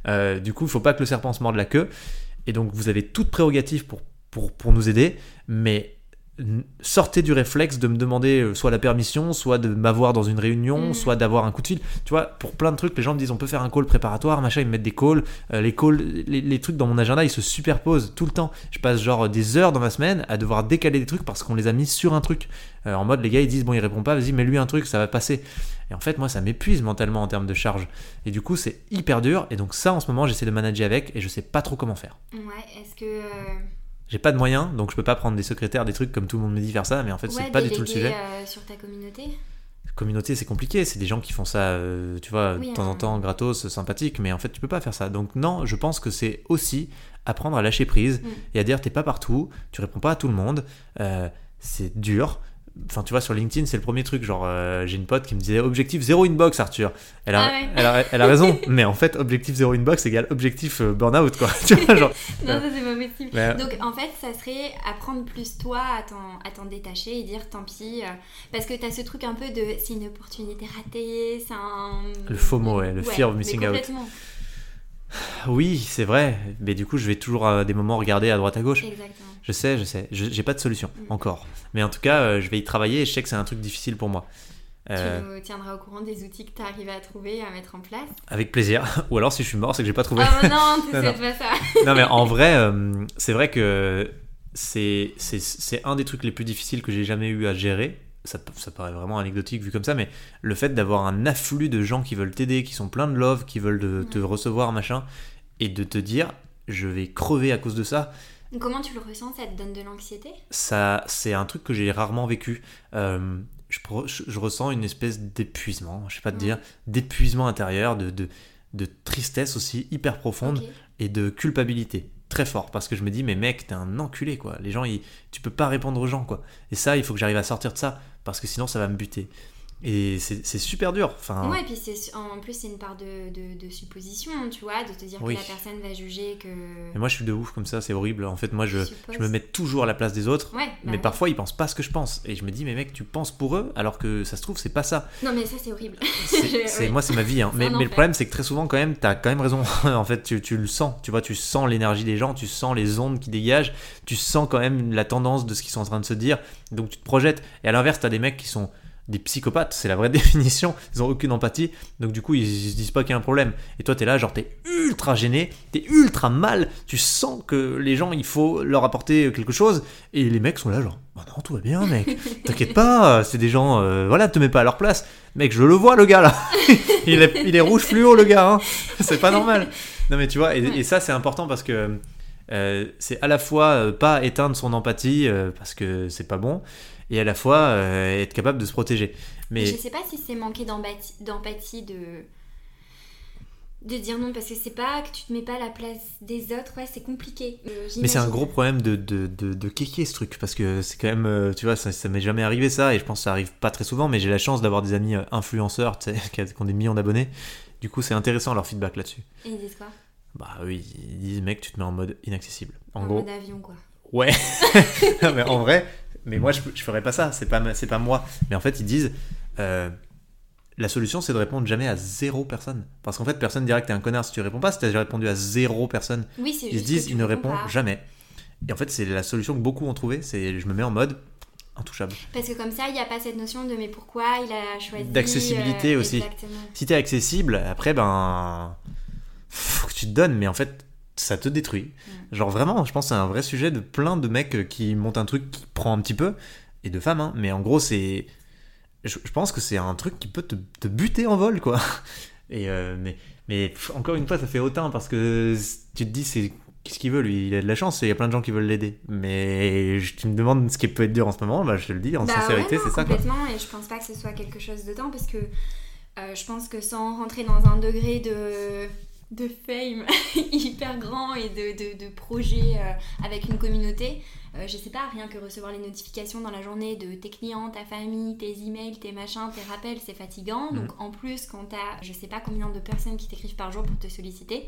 Du coup, il ne faut pas que le serpent se morde la queue. Et donc, vous avez toute prérogative pour nous aider, mais sortez du réflexe de me demander soit la permission, soit de m'avoir dans une réunion, soit d'avoir un coup de fil. Tu vois, pour plein de trucs, les gens me disent on peut faire un call préparatoire, machin, ils me mettent des calls. Les calls, les trucs dans mon agenda, ils se superposent tout le temps. Je passe genre des heures dans ma semaine à devoir décaler des trucs parce qu'on les a mis sur un truc. En mode, les gars, ils disent bon, il répond pas, vas-y, mets-lui un truc, ça va passer. Et en fait, moi, ça m'épuise mentalement en termes de charge. Et du coup, c'est hyper dur. Et donc ça, en ce moment, j'essaie de manager avec et je sais pas trop comment faire. Ouais, est-ce que... J'ai pas de moyens, donc je peux pas prendre des secrétaires, des trucs comme tout le monde me dit faire ça, mais en fait c'est pas du tout le sujet. Sur ta communauté. Communauté, c'est compliqué, c'est des gens qui font ça, tu vois, de temps en temps, gratos, sympathique, mais en fait tu peux pas faire ça. Donc non, je pense que c'est aussi apprendre à lâcher prise et à dire t'es pas partout, tu réponds pas à tout le monde, c'est dur. Enfin, tu vois, sur LinkedIn, c'est le premier truc. Genre, j'ai une pote qui me disait objectif 0 inbox, Arthur. Elle a raison, mais en fait, objectif 0 inbox égale objectif burn-out, quoi. Tu vois, genre, non, ça c'est pas possible. Mais... Donc, en fait, ça serait apprendre plus toi à t'en détacher et dire tant pis. Parce que t'as ce truc un peu de c'est une opportunité ratée, c'est un. Le FOMO, le fear of missing out. Oui, c'est vrai, mais du coup, je vais toujours à des moments regarder à droite à gauche. Exactement. Je sais, j'ai pas de solution encore. Mais en tout cas, je vais y travailler et je sais que c'est un truc difficile pour moi. Tu nous tiendras au courant des outils que tu as arrivé à trouver, à mettre en place. Avec plaisir. Ou alors, si je suis mort, c'est que j'ai pas trouvé. Oh non, tu sais pas ça. Non, mais en vrai, c'est vrai que c'est un des trucs les plus difficiles que j'ai jamais eu à gérer. Ça paraît vraiment anecdotique vu comme ça, mais le fait d'avoir un afflux de gens qui veulent t'aider, qui sont pleins de love, qui veulent te recevoir, machin, et de te dire je vais crever à cause de ça, Comment tu le ressens? Ça te donne de l'anxiété? Ça, c'est un truc que j'ai rarement vécu. Je ressens une espèce d'épuisement, je sais pas te dire, d'épuisement intérieur, de tristesse aussi hyper profonde, Ok. et de culpabilité très fort, parce que je me dis mais mec, t'es un enculé quoi. Les gens, tu peux pas répondre aux gens quoi. Et ça, il faut que j'arrive à sortir de ça, parce que sinon ça va me buter. Et c'est super dur. Enfin, Ouais, et puis en plus, c'est une part de supposition, tu vois, de te dire Oui. que la personne va juger que. mais moi je suis de ouf comme ça, c'est horrible. En fait, moi Je je suppose. me mets toujours à la place des autres. Ouais, Mais bah parfois ils pensent pas ce que je pense, et je me dis mais mec, tu penses pour eux alors que ça se trouve c'est pas ça. oui. Non, mais ça, c'est horrible. C'est Ouais. moi, c'est ma vie, hein. C'est mais un le enfer. problème c'est que très souvent quand même t'as quand même raison. En fait tu le sens, tu vois, tu sens l'énergie des gens, tu sens les ondes qui dégagent, tu sens quand même la tendance de ce qu'ils sont en train de se dire, donc tu te projettes. Et à l'inverse, t'as des mecs qui sont des psychopathes, c'est la vraie définition, ils ont aucune empathie, donc du coup ils se disent pas qu'il y a un problème. Et toi t'es là, genre t'es ultra gêné, t'es ultra mal, tu sens que les gens, il faut leur apporter quelque chose, et les mecs sont là genre oh non, tout va bien mec, t'inquiète pas, c'est des gens, voilà, te mets pas à leur place. Mec, je le vois le gars là, il est rouge fluo le gars, hein. C'est pas normal. Non mais tu vois, et ça c'est important, parce que c'est à la fois pas éteindre son empathie, parce que c'est pas bon, et à la fois être capable de se protéger. Mais Je sais pas si c'est manquer d'empathie de dire non, parce que c'est pas que tu te mets pas à la place des autres, ouais, c'est compliqué. Mais c'est un J'imagine. gros problème de kéké ce truc, parce que c'est quand même, tu vois, ça m'est jamais arrivé ça, et je pense que ça arrive pas très souvent, mais j'ai la chance d'avoir des amis influenceurs, tu sais, qui ont des millions d'abonnés. Du coup, c'est intéressant leur feedback là-dessus. Et ils disent quoi? Bah oui, ils disent mec, tu te mets en mode inaccessible. En En gros, mode avion, quoi. ouais. Non, mais en vrai, mais moi je ferais pas ça, c'est pas moi. Mais en fait, ils disent la solution c'est de répondre jamais à 0 personne. Parce qu'en fait, personne dira que t'es un connard si tu réponds pas, si t'as déjà répondu à 0 personne. Oui, c'est Ils se juste disent que il tu ne réponds répond pas. jamais. Et en fait, c'est la solution que beaucoup ont trouvé, c'est je me mets en mode intouchable. Parce que comme ça, il n'y a pas cette notion de mais pourquoi il a choisi. D'accessibilité aussi. Exactement. Si t'es accessible, après ben faut que tu te donnes, mais en fait ça te détruit. Genre vraiment, je pense que c'est un vrai sujet de plein de mecs qui montent un truc qui prend un petit peu, et de femmes, hein. Mais en gros c'est, je pense que c'est un truc qui peut te buter en vol quoi. Et mais encore une fois ça fait hautain, parce que tu te dis c'est qu'est-ce qu'il veut lui, il a de la chance, il y a plein de gens qui veulent l'aider. Mais tu me demandes ce qui peut être dur en ce moment, bah je te le dis en sincérité, ouais, non, c'est ça quoi. complètement, et je pense pas que ce soit quelque chose dedans, parce que je pense que sans rentrer dans un degré de fame hyper grand et de projet avec une communauté, je sais pas, rien que recevoir les notifications dans la journée de tes clients, ta famille, tes emails, tes machins, tes rappels, c'est fatigant. Donc en plus, quand t'as je sais pas combien de personnes qui t'écrivent par jour pour te solliciter,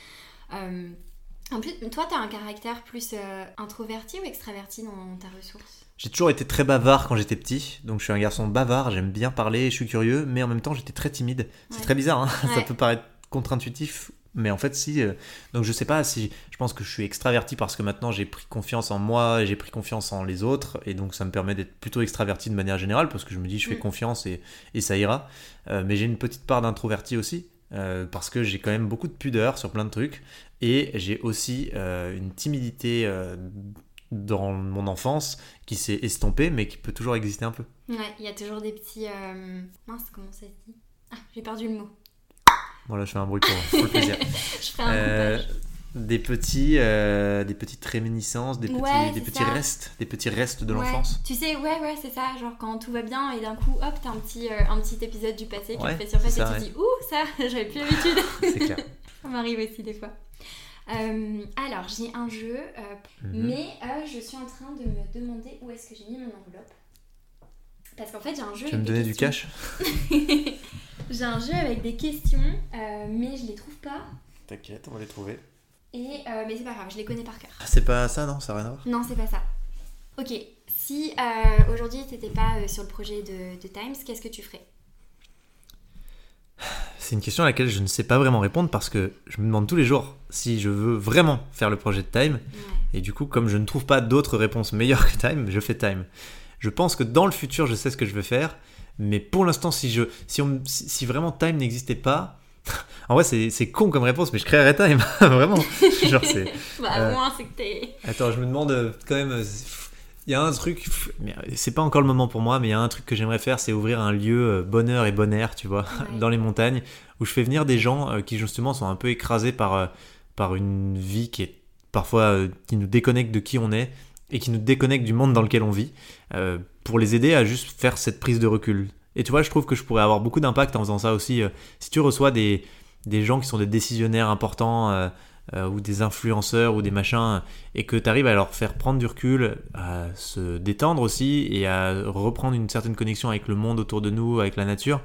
en plus, toi t'as un caractère plus introverti ou extraverti dans ta ressource? J'ai toujours été très bavard quand j'étais petit, donc je suis un garçon bavard, j'aime bien parler, je suis curieux, mais en même temps j'étais très timide. C'est Ouais. très bizarre, hein. Ça Ouais. peut paraître contre-intuitif, mais en fait si. Donc je sais pas si. Je pense que je suis extraverti parce que maintenant j'ai pris confiance en moi, j'ai pris confiance en les autres, et donc ça me permet d'être plutôt extraverti de manière générale, parce que je me dis je fais confiance et ça ira. Mais j'ai une petite part d'introverti aussi, parce que j'ai quand même beaucoup de pudeur sur plein de trucs, et j'ai aussi une timidité dans mon enfance qui s'est estompée, mais qui peut toujours exister un peu. Ouais, il y a toujours des petits. Mince, comment ça se dit? Ah, j'ai perdu le mot. Voilà, je fais un bruit pour le plaisir. Je ferai un montage. Des petites réminiscences, des Ouais, c'est petits ça. restes de Ouais. l'enfance. Tu sais, ouais, c'est ça. Genre quand tout va bien et d'un coup, hop, t'as un petit épisode du passé qui Ouais, te fait surface c'est et ça, tu te ouais. dis, ouh, ça, j'avais plus l'habitude. C'est clair. Ça m'arrive aussi des fois. Alors, j'ai un jeu, mais je suis en train de me demander où est-ce que j'ai mis mon enveloppe. Parce qu'en fait, j'ai un jeu. Tu veux me avec donner des du questions. cash? J'ai un jeu avec des questions, mais je les trouve pas. T'inquiète, on va les trouver. Mais c'est pas grave, je les connais par cœur. C'est pas ça, non? Ça n'a rien à voir? Non, c'est pas ça. Ok, si aujourd'hui t'étais pas sur le projet de Times, qu'est-ce que tu ferais? C'est une question à laquelle je ne sais pas vraiment répondre, parce que je me demande tous les jours si je veux vraiment faire le projet de Time. Ouais. Et du coup, comme je ne trouve pas d'autres réponses meilleures que Time, je fais Time. Je pense que dans le futur, je sais ce que je veux faire, mais pour l'instant, si vraiment Time n'existait pas, en vrai, c'est con comme réponse, mais je créerais Time, vraiment. Genre, c'est. Bah, au moins, c'est que t'es. Attends, je me demande quand même. Il y a un truc, mais c'est pas encore le moment pour moi, mais il y a un truc que j'aimerais faire, c'est ouvrir un lieu bonheur et bon air, tu vois, Ouais. dans les montagnes, où je fais venir des gens qui justement sont un peu écrasés par une vie qui est parfois qui nous déconnectent de qui on est et qui nous déconnectent du monde dans lequel on vit, pour les aider à juste faire cette prise de recul. Et tu vois, je trouve que je pourrais avoir beaucoup d'impact en faisant ça aussi. Si tu reçois des gens qui sont des décisionnaires importants, ou des influenceurs ou des machins, et que tu arrives à leur faire prendre du recul, à se détendre aussi et à reprendre une certaine connexion avec le monde autour de nous, avec la nature,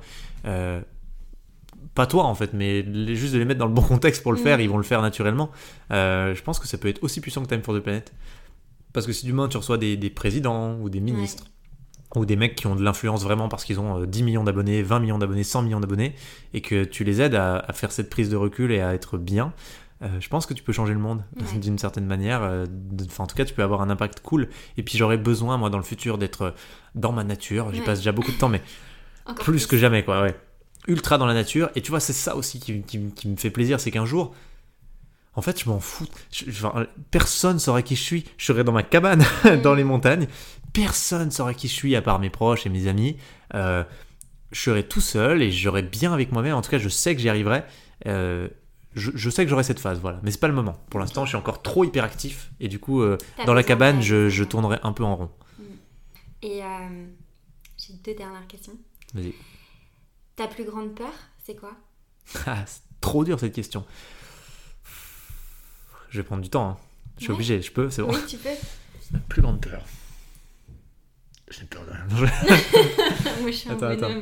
pas toi en fait, mais juste de les mettre dans le bon contexte pour le faire, ils vont le faire naturellement. Je pense que ça peut être aussi puissant que Time for the Planet, parce que si demain tu reçois des présidents ou des ministres, ou des mecs qui ont de l'influence vraiment parce qu'ils ont 10 millions d'abonnés, 20 millions d'abonnés, 100 millions d'abonnés, et que tu les aides à faire cette prise de recul et à être bien, je pense que tu peux changer le monde d'une certaine manière. En tout cas, tu peux avoir un impact cool. Et puis j'aurais besoin, moi, dans le futur, d'être dans ma nature. J'y passe déjà beaucoup de temps, mais plus que jamais, quoi. Ouais. Ultra dans la nature. Et tu vois, c'est ça aussi qui me fait plaisir, c'est qu'un jour, en fait, je m'en fous. Personne ne saurait qui je suis. Je serais dans ma cabane, dans les montagnes. Personne ne saurait qui je suis, à part mes proches et mes amis. Je serais tout seul et j'aurais bien avec moi-même. En tout cas, je sais que j'y arriverai. Je sais que j'aurai cette phase, voilà. Mais c'est pas le moment. Pour l'instant, je suis encore trop hyperactif. Et du coup, dans la cabane, je tournerai un peu en rond. Et j'ai 2 dernières questions. Vas-y. Ta plus grande peur, c'est quoi? C'est trop dur cette question. Je vais prendre du temps. Hein. Je suis obligé, je peux, c'est bon. Oui, tu peux. Ma plus grande peur. J'ai peur de rien. Moi, je suis un bonhomme.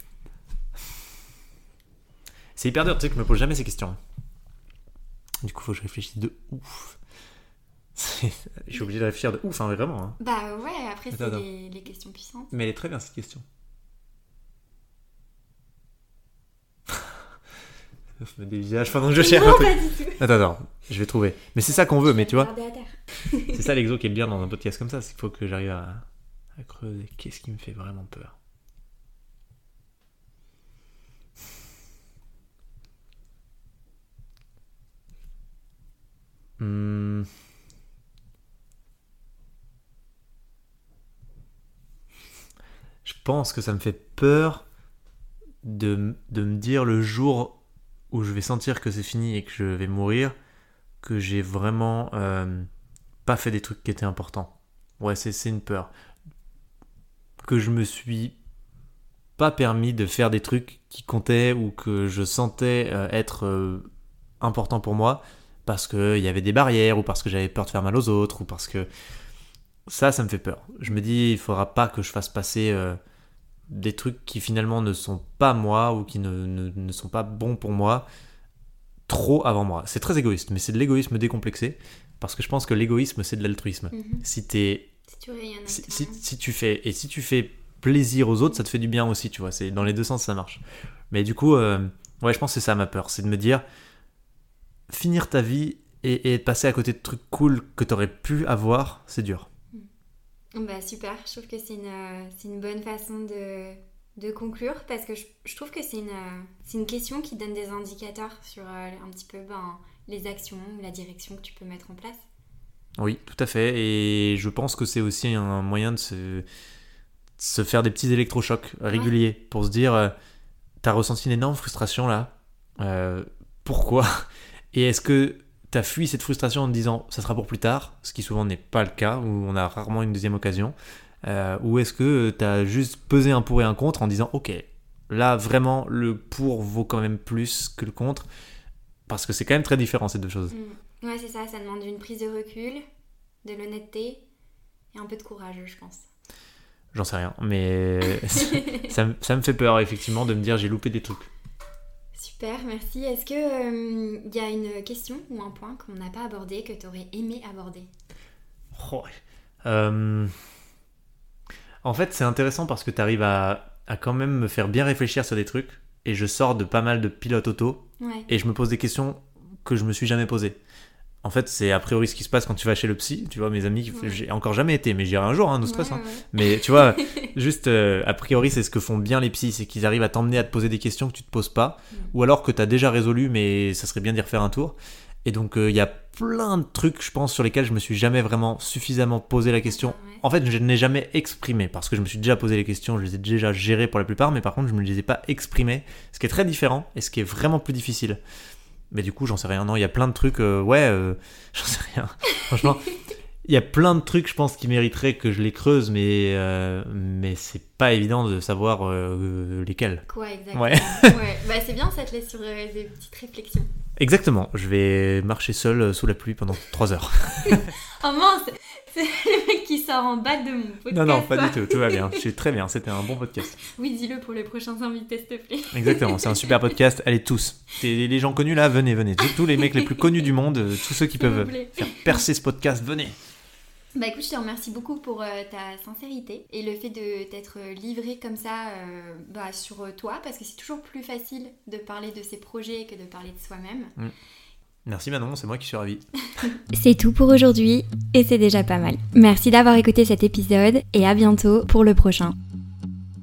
C'est hyper dur, tu sais que je me pose jamais ces questions. Du coup, faut que je réfléchisse de ouf. Je suis obligé de réfléchir de ouf, hein, vraiment. Hein. Bah ouais, après, c'est les questions puissantes. Mais elle est très bien, cette question. Ça me met des visages pendant que je cherche. Non, pas du tout. Attends, je vais trouver. Mais c'est ça qu'on veut, mais tu vois. À terre. C'est ça l'exo qui est bien dans un podcast comme ça, c'est qu'il faut que j'arrive à creuser. Qu'est-ce qui me fait vraiment peur? Je pense que ça me fait peur de me dire le jour où je vais sentir que c'est fini et que je vais mourir, que j'ai vraiment pas fait des trucs qui étaient importants. Ouais, c'est une peur. Que je me suis pas permis de faire des trucs qui comptaient ou que je sentais être importants pour moi, parce qu'il y avait des barrières, ou parce que j'avais peur de faire mal aux autres, ou parce que... Ça me fait peur. Je me dis, il faudra pas que je fasse passer des trucs qui finalement ne sont pas moi, ou qui ne sont pas bons pour moi, trop avant moi. C'est très égoïste, mais c'est de l'égoïsme décomplexé, parce que je pense que l'égoïsme, c'est de l'altruisme. Si tu fais plaisir aux autres, ça te fait du bien aussi, tu vois. C'est dans les deux sens, ça marche. Mais du coup, ouais, je pense que c'est ça ma peur, c'est de me dire... Finir ta vie et passer à côté de trucs cool que t'aurais pu avoir, c'est dur. Bah super, je trouve que c'est une bonne façon de conclure, parce que je trouve que c'est une question qui donne des indicateurs sur un petit peu les actions, la direction que tu peux mettre en place. Oui, tout à fait, et je pense que c'est aussi un moyen de se faire des petits électrochocs réguliers, pour se dire, t'as ressenti une énorme frustration là, pourquoi ? Et est-ce que tu as fui cette frustration en te disant ça sera pour plus tard, ce qui souvent n'est pas le cas, où on a rarement une deuxième occasion, ou est-ce que tu as juste pesé un pour et un contre en disant ok, là vraiment le pour vaut quand même plus que le contre, parce que c'est quand même très différent ces deux choses. Ouais, c'est ça demande une prise de recul, de l'honnêteté et un peu de courage, je pense. J'en sais rien, mais ça me fait peur effectivement de me dire j'ai loupé des trucs. Super, merci. Est-ce que y a une question ou un point qu'on n'a pas abordé, que tu aurais aimé aborder? En fait, c'est intéressant parce que tu arrives à quand même me faire bien réfléchir sur des trucs, et je sors de pas mal de pilotes auto, et je me pose des questions que je me suis jamais posées. En fait, c'est a priori ce qui se passe quand tu vas chez le psy. Tu vois, mes amis, j'ai encore jamais été, mais j'irai un jour, no stress. Ouais. Mais tu vois, juste a priori, c'est ce que font bien les psys, c'est qu'ils arrivent à t'emmener à te poser des questions que tu te poses pas, ou alors que tu as déjà résolu, mais ça serait bien d'y refaire un tour. Et donc, il y a plein de trucs, je pense, sur lesquels je me suis jamais vraiment suffisamment posé la question. En fait, je ne l'ai jamais exprimé, parce que je me suis déjà posé les questions, je les ai déjà gérées pour la plupart, mais par contre, je ne me les ai pas exprimées, ce qui est très différent, et ce qui est vraiment plus difficile. Mais du coup, j'en sais rien. Non, il y a plein de trucs, j'en sais rien. Franchement, il y a plein de trucs, je pense, qui mériteraient que je les creuse, mais c'est pas évident de savoir lesquels. Quoi, exactement. Ouais. Ouais. Bah, c'est bien, ça te laisse sur des petites réflexions. Exactement. Je vais marcher seul sous la pluie pendant 3 heures. Oh mince, c'est le mec qui sort en bas de mon podcast. Non, pas du tout. Tout va bien. Je suis très bien. C'était un bon podcast. Oui, dis-le pour les prochains invités, s'il te plaît. Exactement. C'est un super podcast. Allez, tous. Les gens connus là, venez. Tous les mecs les plus connus du monde, tous ceux qui peuvent faire percer ce podcast, venez. Bah écoute, je te remercie beaucoup pour ta sincérité et le fait de t'être livré comme ça sur toi, parce que c'est toujours plus facile de parler de ses projets que de parler de soi-même. Merci Manon, c'est moi qui suis ravi. C'est tout pour aujourd'hui et c'est déjà pas mal. Merci d'avoir écouté cet épisode et à bientôt pour le prochain.